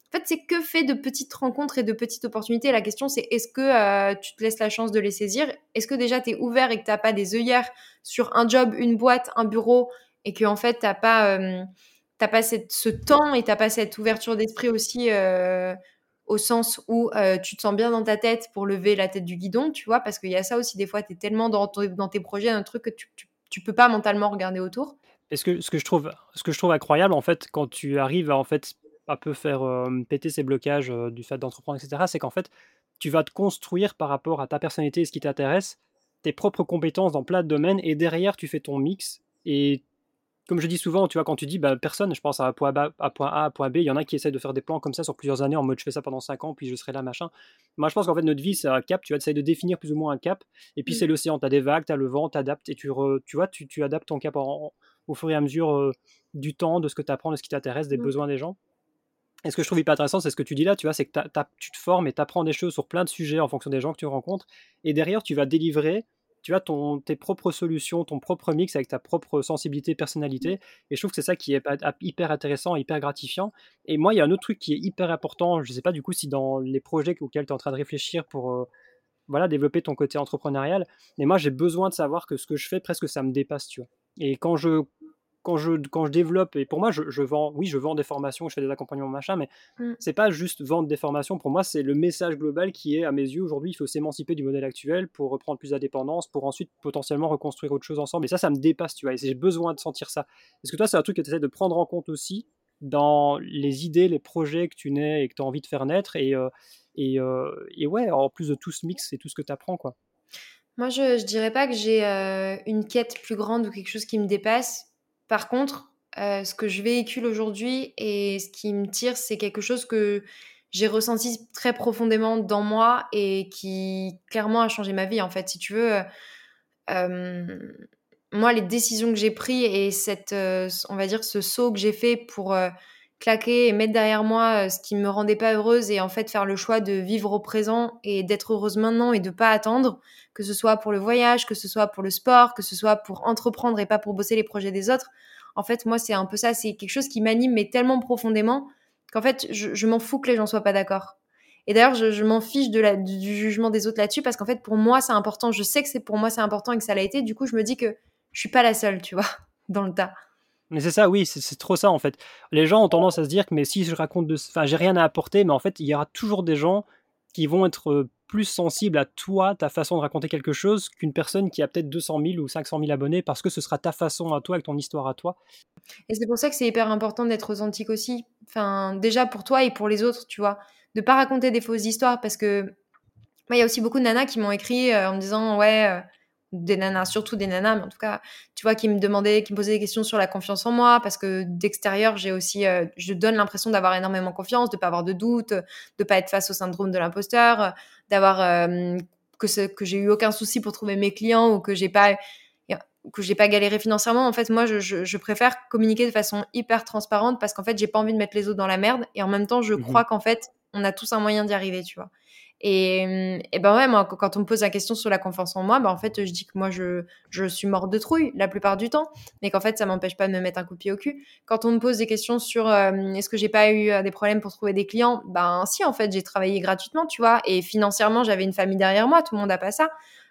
En fait, c'est que fait de petites rencontres et de petites opportunités. La question, c'est est-ce que tu te laisses la chance de les saisir? Est-ce que déjà tu es ouvert et que t'as pas des œillères sur un job, une boîte, un bureau et que en fait t'as pas ce temps et t'as pas cette ouverture d'esprit aussi au sens où tu te sens bien dans ta tête pour lever la tête du guidon, tu vois, parce qu'il y a ça aussi des fois, tu es tellement dans tes projets, un truc que tu peux pas mentalement regarder autour. Et ce que je trouve incroyable, en fait, quand tu arrives à, en fait, un peu faire, péter ces blocages, du fait d'entreprendre et cetera, c'est qu'en fait, tu vas te construire par rapport à ta personnalité et ce qui t'intéresse, tes propres compétences dans plein de domaines et derrière tu fais ton mix et comme je dis souvent, tu vois, quand tu dis, bah, personne, je pense à point à point A, à point B, il y en a qui essaient de faire des plans comme ça sur plusieurs années en mode je fais ça pendant 5 ans, puis je serai là, machin. Moi, je pense qu'en fait, notre vie, c'est un cap, tu vois, tu essayes de définir plus ou moins un cap, et puis Mm. c'est l'océan, tu as des vagues, tu as le vent, tu adaptes, et tu vois, tu adaptes ton cap au fur et à mesure du temps, de ce que tu apprends, de ce qui t'intéresse, des Mm. besoins des gens. Et ce que je trouve hyper intéressant, c'est ce que tu dis là, tu vois, c'est que tu te formes et tu apprends des choses sur plein de sujets en fonction des gens que tu rencontres. Et derrière, tu vas délivrer, tu vois, tes propres solutions, ton propre mix avec ta propre sensibilité, personnalité. Et je trouve que c'est ça qui est hyper intéressant, hyper gratifiant. Et moi, il y a un autre truc qui est hyper important. Je ne sais pas du coup si dans les projets auxquels tu es en train de réfléchir pour voilà, développer ton côté entrepreneurial, mais moi, j'ai besoin de savoir que ce que je fais, presque, ça me dépasse, tu vois. Et quand je développe, et pour moi, je vends, oui, je vends des formations, je fais des accompagnements, machin, mais Mm. c'est pas juste vendre des formations. Pour moi, c'est le message global qui est, à mes yeux, aujourd'hui, il faut s'émanciper du modèle actuel pour reprendre plus d'indépendance, pour ensuite potentiellement reconstruire autre chose ensemble. Et ça me dépasse, tu vois. Et j'ai besoin de sentir ça. Est-ce que toi, c'est un truc que tu essaies de prendre en compte aussi dans les idées, les projets que tu nais et que tu as envie de faire naître et ouais, en plus de tout ce mix et tout ce que tu apprends, quoi. Moi, je dirais pas que j'ai une quête plus grande ou quelque chose qui me dépasse. Par contre, ce que je véhicule aujourd'hui et ce qui me tire, c'est quelque chose que j'ai ressenti très profondément dans moi et qui clairement a changé ma vie. En fait, si tu veux, euh, moi, les décisions que j'ai prises et on va dire, ce saut que j'ai fait pour claquer et mettre derrière moi ce qui me rendait pas heureuse et en fait faire le choix de vivre au présent et d'être heureuse maintenant et de pas attendre, que ce soit pour le voyage, que ce soit pour le sport, que ce soit pour entreprendre et pas pour bosser les projets des autres. En fait, moi, c'est un peu ça. C'est quelque chose qui m'anime, mais tellement profondément qu'en fait, je m'en fous que les gens soient pas d'accord. Et d'ailleurs, je m'en fiche du jugement des autres là-dessus parce qu'en fait, pour moi, c'est important. Je sais que c'est pour moi, c'est important et que ça l'a été. Du coup, je me dis que je suis pas la seule, tu vois, dans le tas. Mais c'est ça, oui, c'est trop ça en fait. Les gens ont tendance à se dire que mais si je raconte enfin, j'ai rien à apporter, mais en fait, il y aura toujours des gens qui vont être plus sensibles à toi, ta façon de raconter quelque chose, qu'une personne qui a peut-être 200 000 ou 500 000 abonnés, parce que ce sera ta façon à toi, avec ton histoire à toi. Et c'est pour ça que c'est hyper important d'être authentique aussi. Enfin, déjà pour toi et pour les autres, tu vois. De pas raconter des fausses histoires parce que moi, il y a aussi beaucoup de nanas qui m'ont écrit en me disant, ouais, des nanas, surtout des nanas, mais en tout cas, tu vois, qui me posaient des questions sur la confiance en moi, parce que d'extérieur, j'ai aussi, je donne l'impression d'avoir énormément confiance, de pas avoir de doute, de pas être face au syndrome de l'imposteur, d'avoir que j'ai eu aucun souci pour trouver mes clients ou que j'ai pas galéré financièrement. En fait, moi, je préfère communiquer de façon hyper transparente parce qu'en fait, j'ai pas envie de mettre les autres dans la merde et en même temps, je Mhm. crois qu'en fait, on a tous un moyen d'y arriver, tu vois. Et ben ouais, moi, quand on me pose la question sur la confiance en moi, ben en fait, je dis que moi, je suis morte de trouille la plupart du temps, mais qu'en fait, ça m'empêche pas de me mettre un coup de pied au cul. Quand on me pose des questions sur est-ce que j'ai pas eu des problèmes pour trouver des clients, ben si, en fait, j'ai travaillé gratuitement, tu vois, et financièrement, j'avais une famille derrière moi, tout le monde a pas ça.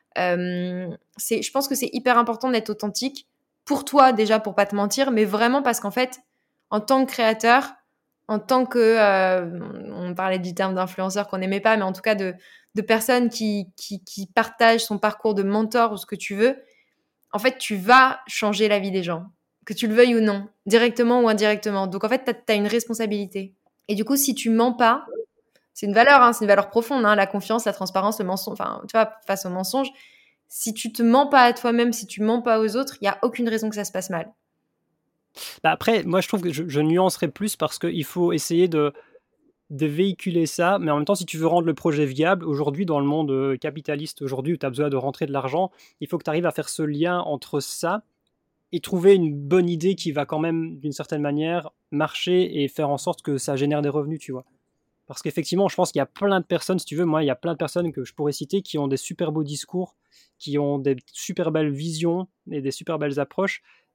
Je pense que c'est hyper important d'être authentique pour toi déjà, pour pas te mentir, mais vraiment parce qu'en fait, en tant que créateur, en tant que, on parlait du terme d'influenceur qu'on n'aimait pas, mais en tout cas de personnes qui partagent son parcours de mentor ou ce que tu veux, en fait, tu vas changer la vie des gens, que tu le veuilles ou non, directement ou indirectement. Donc en fait, tu as une responsabilité. Et du coup, si tu mens pas, c'est une valeur, hein, c'est une valeur profonde, hein, la confiance, la transparence, le mensonge, enfin, tu vois, face au mensonge. Si tu te mens pas à toi-même, si tu mens pas aux autres, il y a aucune raison que ça se passe mal. Bah après, moi je trouve que je nuancerais plus parce qu'il faut essayer de véhiculer ça, mais en même temps, si tu veux rendre le projet viable, aujourd'hui, dans le monde capitaliste, aujourd'hui, où tu as besoin de rentrer de l'argent, il faut que tu arrives à faire ce lien entre ça et trouver une bonne idée qui va quand même, d'une certaine manière, marcher et faire en sorte que ça génère des revenus, tu vois. Parce qu'effectivement, je pense qu'il y a plein de personnes, si tu veux, moi, il y a plein de personnes que je pourrais citer qui ont des super beaux discours, qui ont des super belles visions et des super belles approches,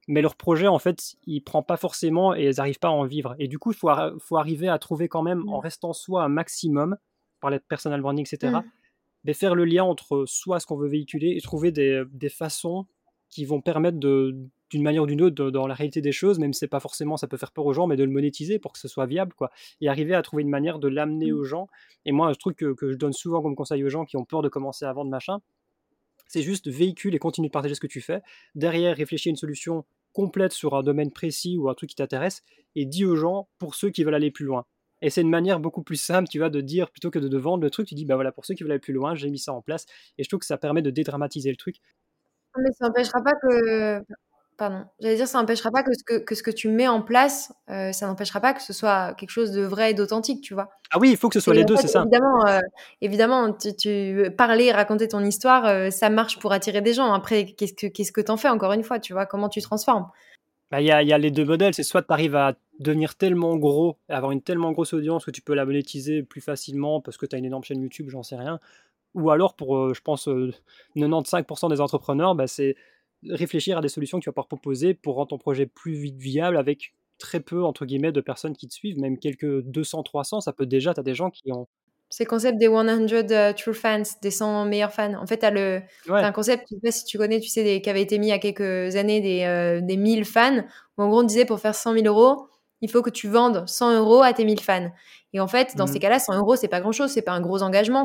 mais leur projet, en fait, il prend pas forcément et elles n'arrivent pas à en vivre. Et du coup, faut arriver à trouver quand même, en Mmh. restant soi un maximum, par les personal branding, etc., Mmh. mais faire le lien entre soit ce qu'on veut véhiculer et trouver des façons qui vont permettre d'une manière ou d'une autre, dans la réalité des choses, même si c'est pas forcément, ça peut faire peur aux gens, mais de le monétiser pour que ce soit viable, quoi. Et arriver à trouver une manière de l'amener Mmh. aux gens. Et moi, un truc que je donne souvent comme conseil aux gens qui ont peur de commencer à vendre, machin, c'est juste véhicule et continue de partager ce que tu fais. Derrière, réfléchis à une solution complète sur un domaine précis ou un truc qui t'intéresse et dis aux gens pour ceux qui veulent aller plus loin. Et c'est une manière beaucoup plus simple, tu vois, de dire plutôt que de vendre le truc, tu dis bah voilà, pour ceux qui veulent aller plus loin, j'ai mis ça en place et je trouve que ça permet de dédramatiser le truc. Mais ça n'empêchera pas que pardon, j'allais dire ça n'empêchera pas que ce que tu mets en place, ça n'empêchera pas que ce soit quelque chose de vrai et d'authentique, tu vois? Ah oui, il faut que ce soit C'est les en deux, fait c'est ça. évidemment tu parler, raconter ton histoire, ça marche pour attirer des gens. Après qu'est-ce que tu en fais encore une fois, tu vois? Comment tu transformes? Bah, il y a les deux modèles, c'est soit tu arrives à devenir tellement gros, avoir une tellement grosse audience que tu peux la monétiser plus facilement parce que tu as une énorme chaîne YouTube, j'en sais rien. Ou alors pour, je pense, 95 des entrepreneurs, bah, c'est réfléchir à des solutions que tu vas pouvoir proposer pour rendre ton projet plus vite viable avec très peu, entre guillemets, de personnes qui te suivent, même quelques 200, 300, ça peut déjà, tu as des gens qui ont C'est le concept des 100 true fans, des 100 meilleurs fans. En fait, tu ouais, un concept, je sais pas si tu connais, tu sais, qui avait été mis il y a quelques années, des 1000 fans, où en gros, on disait pour faire 100 000 euros, il faut que tu vendes 100 euros à tes 1000 fans. Et en fait, dans ces mmh, cas-là, 100 euros, c'est pas grand-chose, c'est pas un gros engagement.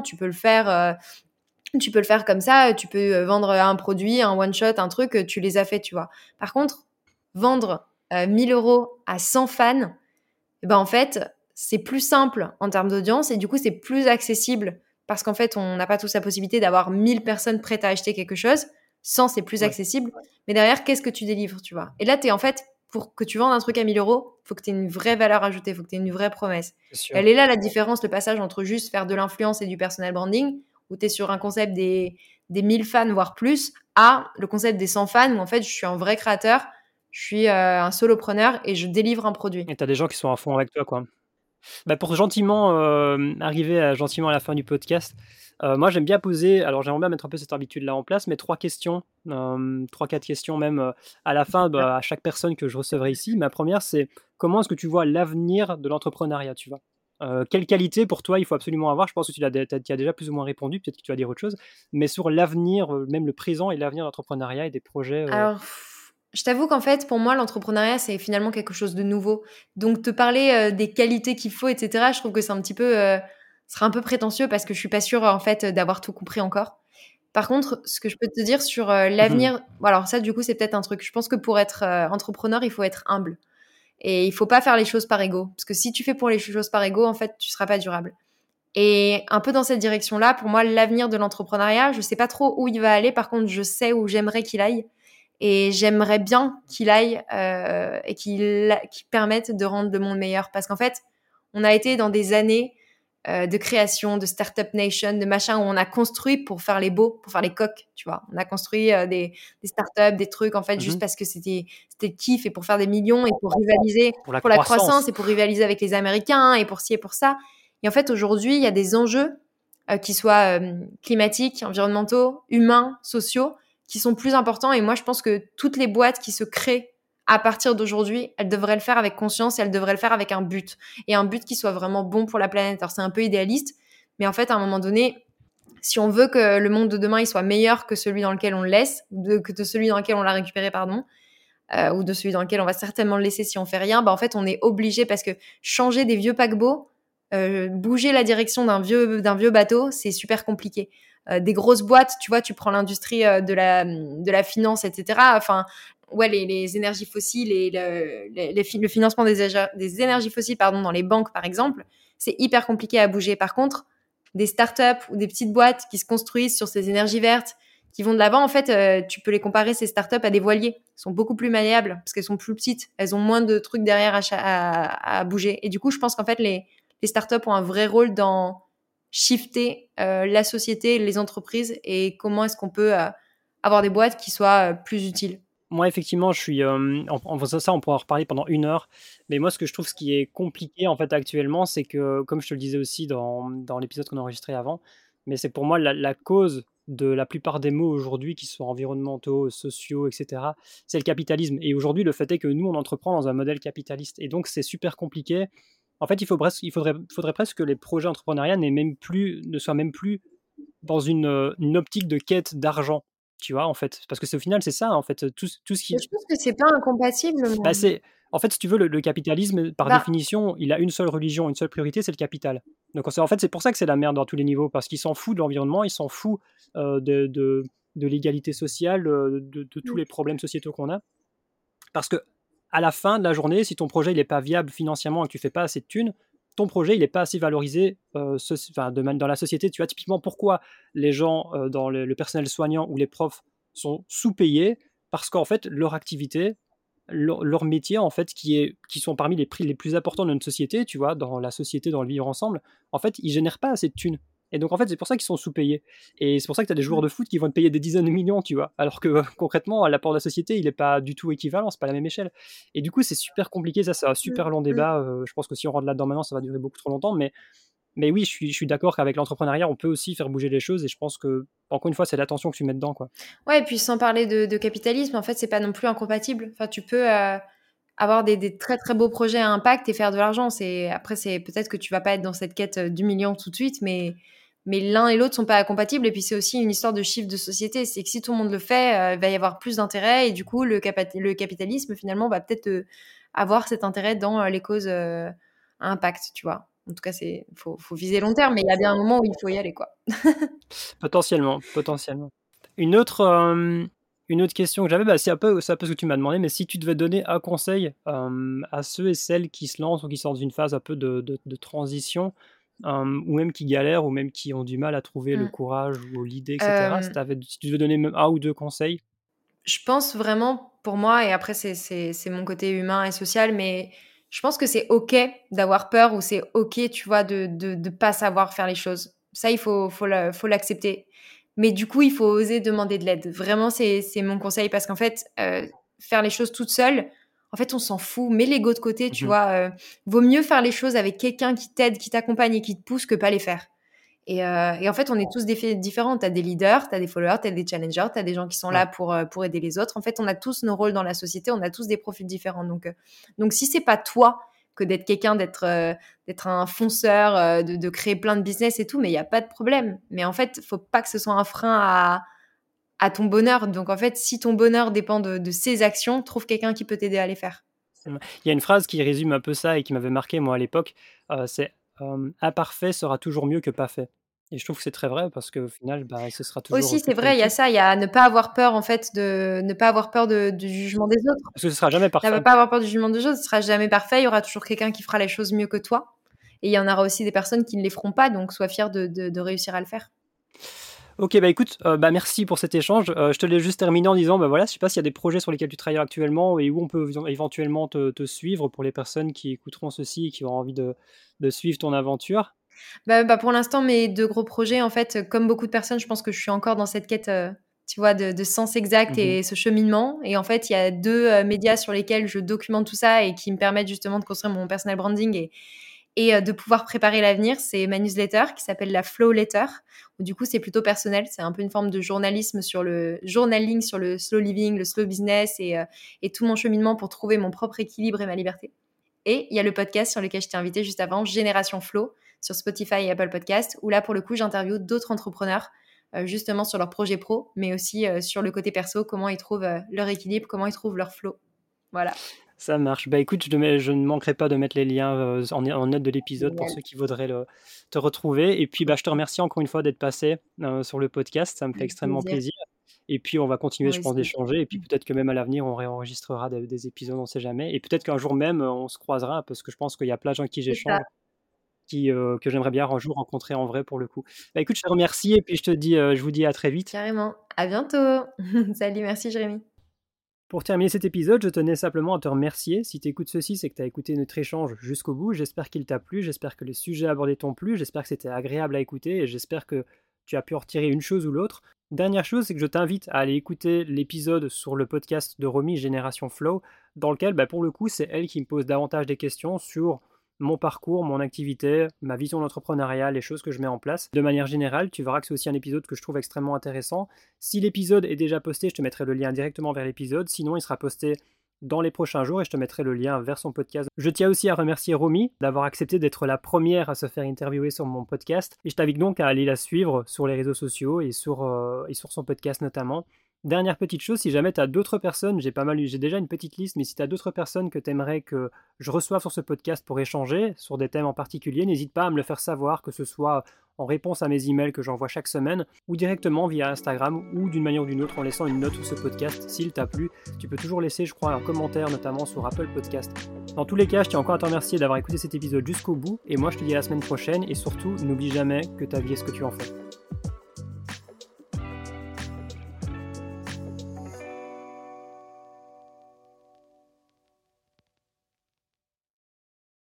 Tu peux le faire comme ça, tu peux vendre un produit, un one-shot, un truc, tu les as fait, tu vois. Par contre, vendre 1000 euros à 100 fans, et ben en fait, c'est plus simple en termes d'audience et du coup, c'est plus accessible parce qu'en fait, on n'a pas tous la possibilité d'avoir 1000 personnes prêtes à acheter quelque chose. 100, c'est plus ouais, accessible. Mais derrière, qu'est-ce que tu délivres, tu vois? Et là, tu es en fait, pour que tu vendes un truc à 1000 euros, faut que tu aies une vraie valeur ajoutée, faut que tu aies une vraie promesse. c'est Et sûr. elle est là la différence, le passage entre juste faire de l'influence et du personal branding, où tu es sur un concept des 1000 fans, voire plus, à le concept des 100 fans, où en fait, je suis un vrai créateur, je suis un solopreneur et je délivre un produit. Et tu as des gens qui sont à fond avec toi, quoi. Bah, pour gentiment, arriver gentiment à la fin du podcast, moi j'aime bien poser, alors j'aimerais bien mettre un peu cette habitude-là en place, mais 3 questions, 3-4 questions même, à la fin, bah, à chaque personne que je recevrai ici. Ma première, c'est: comment est-ce que tu vois l'avenir de l'entrepreneuriat, tu vois? Quelles qualités pour toi il faut absolument avoir? Je pense que tu as déjà plus ou moins répondu, peut-être que tu vas dire autre chose, mais sur l'avenir, même le présent et l'avenir de l'entrepreneuriat et des projets, Alors, je t'avoue qu'en fait, pour moi, l'entrepreneuriat, c'est finalement quelque chose de nouveau. Donc, te parler des qualités qu'il faut, etc., je trouve que c'est un petit peu, ce serait un peu prétentieux parce que je suis pas sûre, en fait, d'avoir tout compris encore. Par contre, ce que je peux te dire sur mmh l'avenir, bon, alors ça, du coup, c'est peut-être un truc. Je pense que pour être entrepreneur, il faut être humble. Et il faut pas faire les choses par ego. Parce que si tu fais pour les choses par ego, en fait, tu seras pas durable. Et un peu dans cette direction-là, pour moi, l'avenir de l'entrepreneuriat, je sais pas trop où il va aller. Par contre, je sais où j'aimerais qu'il aille. Et j'aimerais bien qu'il aille et qu'il permette de rendre le monde meilleur. Parce qu'en fait, on a été dans des années de création, de Startup Nation, de machin, où on a construit pour faire les beaux, pour faire les coques, tu vois. On a construit des startups, des trucs, en fait, juste mh. parce que c'était le kiff et pour faire des millions et pour rivaliser, Pour la pour la croissance croissance. et pour rivaliser avec les Américains et pour ci et pour ça. Et en fait, aujourd'hui, il y a des enjeux qui soient climatiques, environnementaux, humains, sociaux, qui sont plus importants. Et moi, je pense que toutes les boîtes qui se créent à partir d'aujourd'hui, elles devraient le faire avec conscience et elles devraient le faire avec un but. Et un but qui soit vraiment bon pour la planète. Alors, c'est un peu idéaliste, mais en fait, à un moment donné, si on veut que le monde de demain il soit meilleur que celui dans lequel on le laisse, que de celui dans lequel on l'a récupéré, pardon, ou de celui dans lequel on va certainement le laisser si on fait rien, bah en fait, on est obligé parce que changer des vieux paquebots, bouger la direction d'un vieux bateau, c'est super compliqué. Des grosses boîtes, tu vois, tu prends l'industrie de la finance, etc. Enfin, ouais, les énergies fossiles et le financement des énergies fossiles, pardon, dans les banques, par exemple, c'est hyper compliqué à bouger. Par contre, des startups ou des petites boîtes qui se construisent sur ces énergies vertes, qui vont de l'avant, en fait, tu peux les comparer, ces startups, à des voiliers. Elles sont beaucoup plus malléables parce qu'elles sont plus petites. Elles ont moins de trucs derrière à bouger. Et du coup, je pense qu'en fait, les startups ont un vrai rôle dans shifter la société, les entreprises et comment est-ce qu'on peut avoir des boîtes qui soient plus utiles. Moi, effectivement, je suis, en faisant ça, on pourra en reparler pendant 1 heure. Mais moi, ce que je trouve, ce qui est compliqué, en fait, actuellement, c'est que, comme je te le disais aussi dans l'épisode qu'on a enregistré avant, mais c'est pour moi la cause de la plupart des maux aujourd'hui, qui sont environnementaux, sociaux, etc., c'est le capitalisme. Et aujourd'hui, le fait est que nous, on entreprend dans un modèle capitaliste. Et donc, c'est super compliqué. En fait, faudrait presque que les projets entrepreneuriaux ne soient même plus dans une optique de quête d'argent, tu vois, en fait. Parce que c'est au final, c'est ça, en fait, tout ce Mais qui je pense que c'est pas incompatible, moi. bah, en fait, si tu veux, le capitalisme, par Bah, définition, il a une seule religion, une seule priorité, c'est le capital. Donc, en fait, c'est pour ça que c'est la merde dans tous les niveaux, parce qu'il s'en fout de l'environnement, il s'en fout de l'égalité sociale, de tous mmh, les problèmes sociétaux qu'on a. Parce que à la fin de la journée, si ton projet il est pas viable financièrement et que tu fais pas assez de thunes, ton projet il est pas assez valorisé dans la société. Tu vois, typiquement, pourquoi les gens dans le personnel soignant ou les profs sont sous-payés? Parce qu'en fait, leur activité, leur métier, en fait, qui sont parmi les plus importants de notre société, tu vois, dans la société, dans le vivre ensemble, en fait, ils génèrent pas assez de thunes. Et donc, en fait, c'est pour ça qu'ils sont sous-payés. Et c'est pour ça que tu as des joueurs de foot qui vont te payer des dizaines de millions, tu vois. Alors que concrètement, l'apport de la société, il n'est pas du tout équivalent, c'est pas la même échelle. Et du coup, c'est super compliqué, ça, c'est un mmh, super long mmh. débat. Je pense que si on rentre là-dedans maintenant, ça va durer beaucoup trop longtemps. Mais oui, je suis d'accord qu'avec l'entrepreneuriat, on peut aussi faire bouger les choses. Et je pense que, encore une fois, c'est l'attention que tu mets dedans, quoi. Ouais, et puis sans parler de capitalisme, en fait, c'est pas non plus incompatible. Enfin, tu peux, avoir des très, très beaux projets à impact et faire de l'argent. Après, c'est peut-être que tu vas pas être dans cette quête, du million tout de suite, mais l'un et l'autre sont pas incompatibles et puis c'est aussi une histoire de chiffre de société. C'est que si tout le monde le fait, il va y avoir plus d'intérêt et du coup, le capitalisme, finalement, va peut-être, avoir cet intérêt dans, les causes, à impact, tu vois? En tout cas, faut viser long terme, mais il y a bien un moment où il faut y aller, quoi. Potentiellement, potentiellement. Une autre, une autre question que j'avais, bah, c'est un peu ce que tu m'as demandé, mais si tu devais donner un conseil, à ceux et celles qui se lancent ou qui sont dans une phase un peu de transition, ou même qui galèrent ou même qui ont du mal à trouver le Mmh. courage ou l'idée et cetera, Hem si tu devais donner même 1 ou 2 conseils? Je pense vraiment, pour moi, et après c'est mon côté humain et social, mais je pense que c'est OK d'avoir peur ou c'est OK, tu vois, de pas savoir faire les choses. Ça, faut l'accepter. Mais du coup, il faut oser demander de l'aide. Vraiment, c'est mon conseil parce qu'en fait, faire les choses toute seule, en fait, on s'en fout. Mets l'ego de côté, tu Mmh. vois? Vaut mieux faire les choses avec quelqu'un qui t'aide, qui t'accompagne et qui te pousse que pas les faire. Et en fait, on est tous différents. Tu as des leaders, tu as des followers, tu as des challengers, tu as des gens qui sont Ouais. là pour aider les autres. En fait, on a tous nos rôles dans la société, on a tous des profils différents. Donc si c'est pas toi que d'être quelqu'un, d'être un fonceur, de créer plein de business et tout, mais il y a pas de problème. Mais en fait, faut pas que ce soit un frein à ton bonheur. Donc en fait, si ton bonheur dépend de ces actions, trouve quelqu'un qui peut t'aider à les faire. Il y a une phrase qui résume un peu ça et qui m'avait marqué moi à l'époque, c'est, «Imparfait sera toujours mieux que pas fait» et je trouve que c'est très vrai parce qu'au final, bah, ce sera toujours Aussi, plus c'est vrai, il y a productif ça, il y a ne pas avoir peur en fait ne pas avoir peur du jugement des autres. parce que ce sera jamais Ne va parfait. pas avoir peur du jugement des autres, ce sera jamais parfait, il y aura toujours quelqu'un qui fera les choses mieux que toi et il y en aura aussi des personnes qui ne les feront pas, donc sois fier de réussir à le faire. OK, bah, écoute, bah, merci pour cet échange. Je te laisse juste terminer en disant, bah, voilà, je sais pas s'il y a des projets sur lesquels tu travailles actuellement et où on peut éventuellement te suivre pour les personnes qui écouteront ceci et qui auront envie de suivre ton aventure? Pour l'instant, mes 2 gros projets, en fait, comme beaucoup de personnes, je pense que je suis encore dans cette quête, tu vois, de sens exact Mmh. et ce cheminement et en fait, il y a 2 médias sur lesquels je documente tout ça et qui me permettent justement de construire mon personal branding et de pouvoir préparer l'avenir. C'est ma newsletter qui s'appelle la Flow Letter, où du coup, c'est plutôt personnel. C'est un peu une forme de journalisme sur le journaling sur le slow living, le slow business et tout mon cheminement pour trouver mon propre équilibre et ma liberté. Et il y a le podcast sur lequel je t'ai invité juste avant, Génération Flow, sur Spotify et Apple Podcast, où là, pour le coup, j'interviewe d'autres entrepreneurs, justement sur leurs projets pro, mais aussi sur le côté perso, comment ils trouvent leur équilibre, comment ils trouvent leur flow. Voilà. Ça marche. Bah, écoute, je ne manquerai pas de mettre les liens, en note de l'épisode pour Génial. ceux qui voudraient te retrouver et puis, bah, je te remercie encore une fois d'être passé, sur le podcast. Ça me fait Avec extrêmement plaisir. plaisir et puis on va continuer, Moi je pense, aussi. d'échanger et puis peut-être que même à l'avenir, on réenregistrera des épisodes, on ne sait jamais et peut-être qu'un jour même, on se croisera parce que je pense qu'il y a plein de gens avec qui C'est ça. j'échange que j'aimerais bien un jour rencontrer en vrai pour le coup. Bah, écoute, je te remercie et puis je vous dis à très vite. Carrément. À bientôt. Salut, merci Jérémy. Pour terminer cet épisode, je tenais simplement à te remercier. Si tu écoutes ceci, c'est que tu as écouté notre échange jusqu'au bout. J'espère qu'il t'a plu, j'espère que les sujets abordés t'ont plu, j'espère que c'était agréable à écouter et j'espère que tu as pu en retirer une chose ou l'autre. Dernière chose, c'est que je t'invite à aller écouter l'épisode sur le podcast de Romy Génération Flow, dans lequel, bah, pour le coup, c'est elle qui me pose davantage des questions sur mon parcours, mon activité, ma vision d'entrepreneuriat, les choses que je mets en place. De manière générale, tu verras que c'est aussi un épisode que je trouve extrêmement intéressant. Si l'épisode est déjà posté, je te mettrai le lien directement vers l'épisode. Sinon, il sera posté dans les prochains jours et je te mettrai le lien vers son podcast. Je tiens aussi à remercier Romy d'avoir accepté d'être la première à se faire interviewer sur mon podcast et je t'invite donc à aller la suivre sur les réseaux sociaux et sur son podcast notamment. Dernière petite chose, si jamais tu as d'autres personnes, j'ai déjà une petite liste, mais si tu as d'autres personnes que tu aimerais que je reçoive sur ce podcast pour échanger sur des thèmes en particulier, n'hésite pas à me le faire savoir, que ce soit en réponse à mes emails que j'envoie chaque semaine, ou directement via Instagram, ou d'une manière ou d'une autre en laissant une note sur ce podcast s'il t'a plu. Tu peux toujours laisser, je crois, un commentaire, notamment sur Apple Podcast. Dans tous les cas, je tiens encore à te remercier d'avoir écouté cet épisode jusqu'au bout, et moi je te dis à la semaine prochaine, et surtout, n'oublie jamais que ta vie est ce que tu en fais.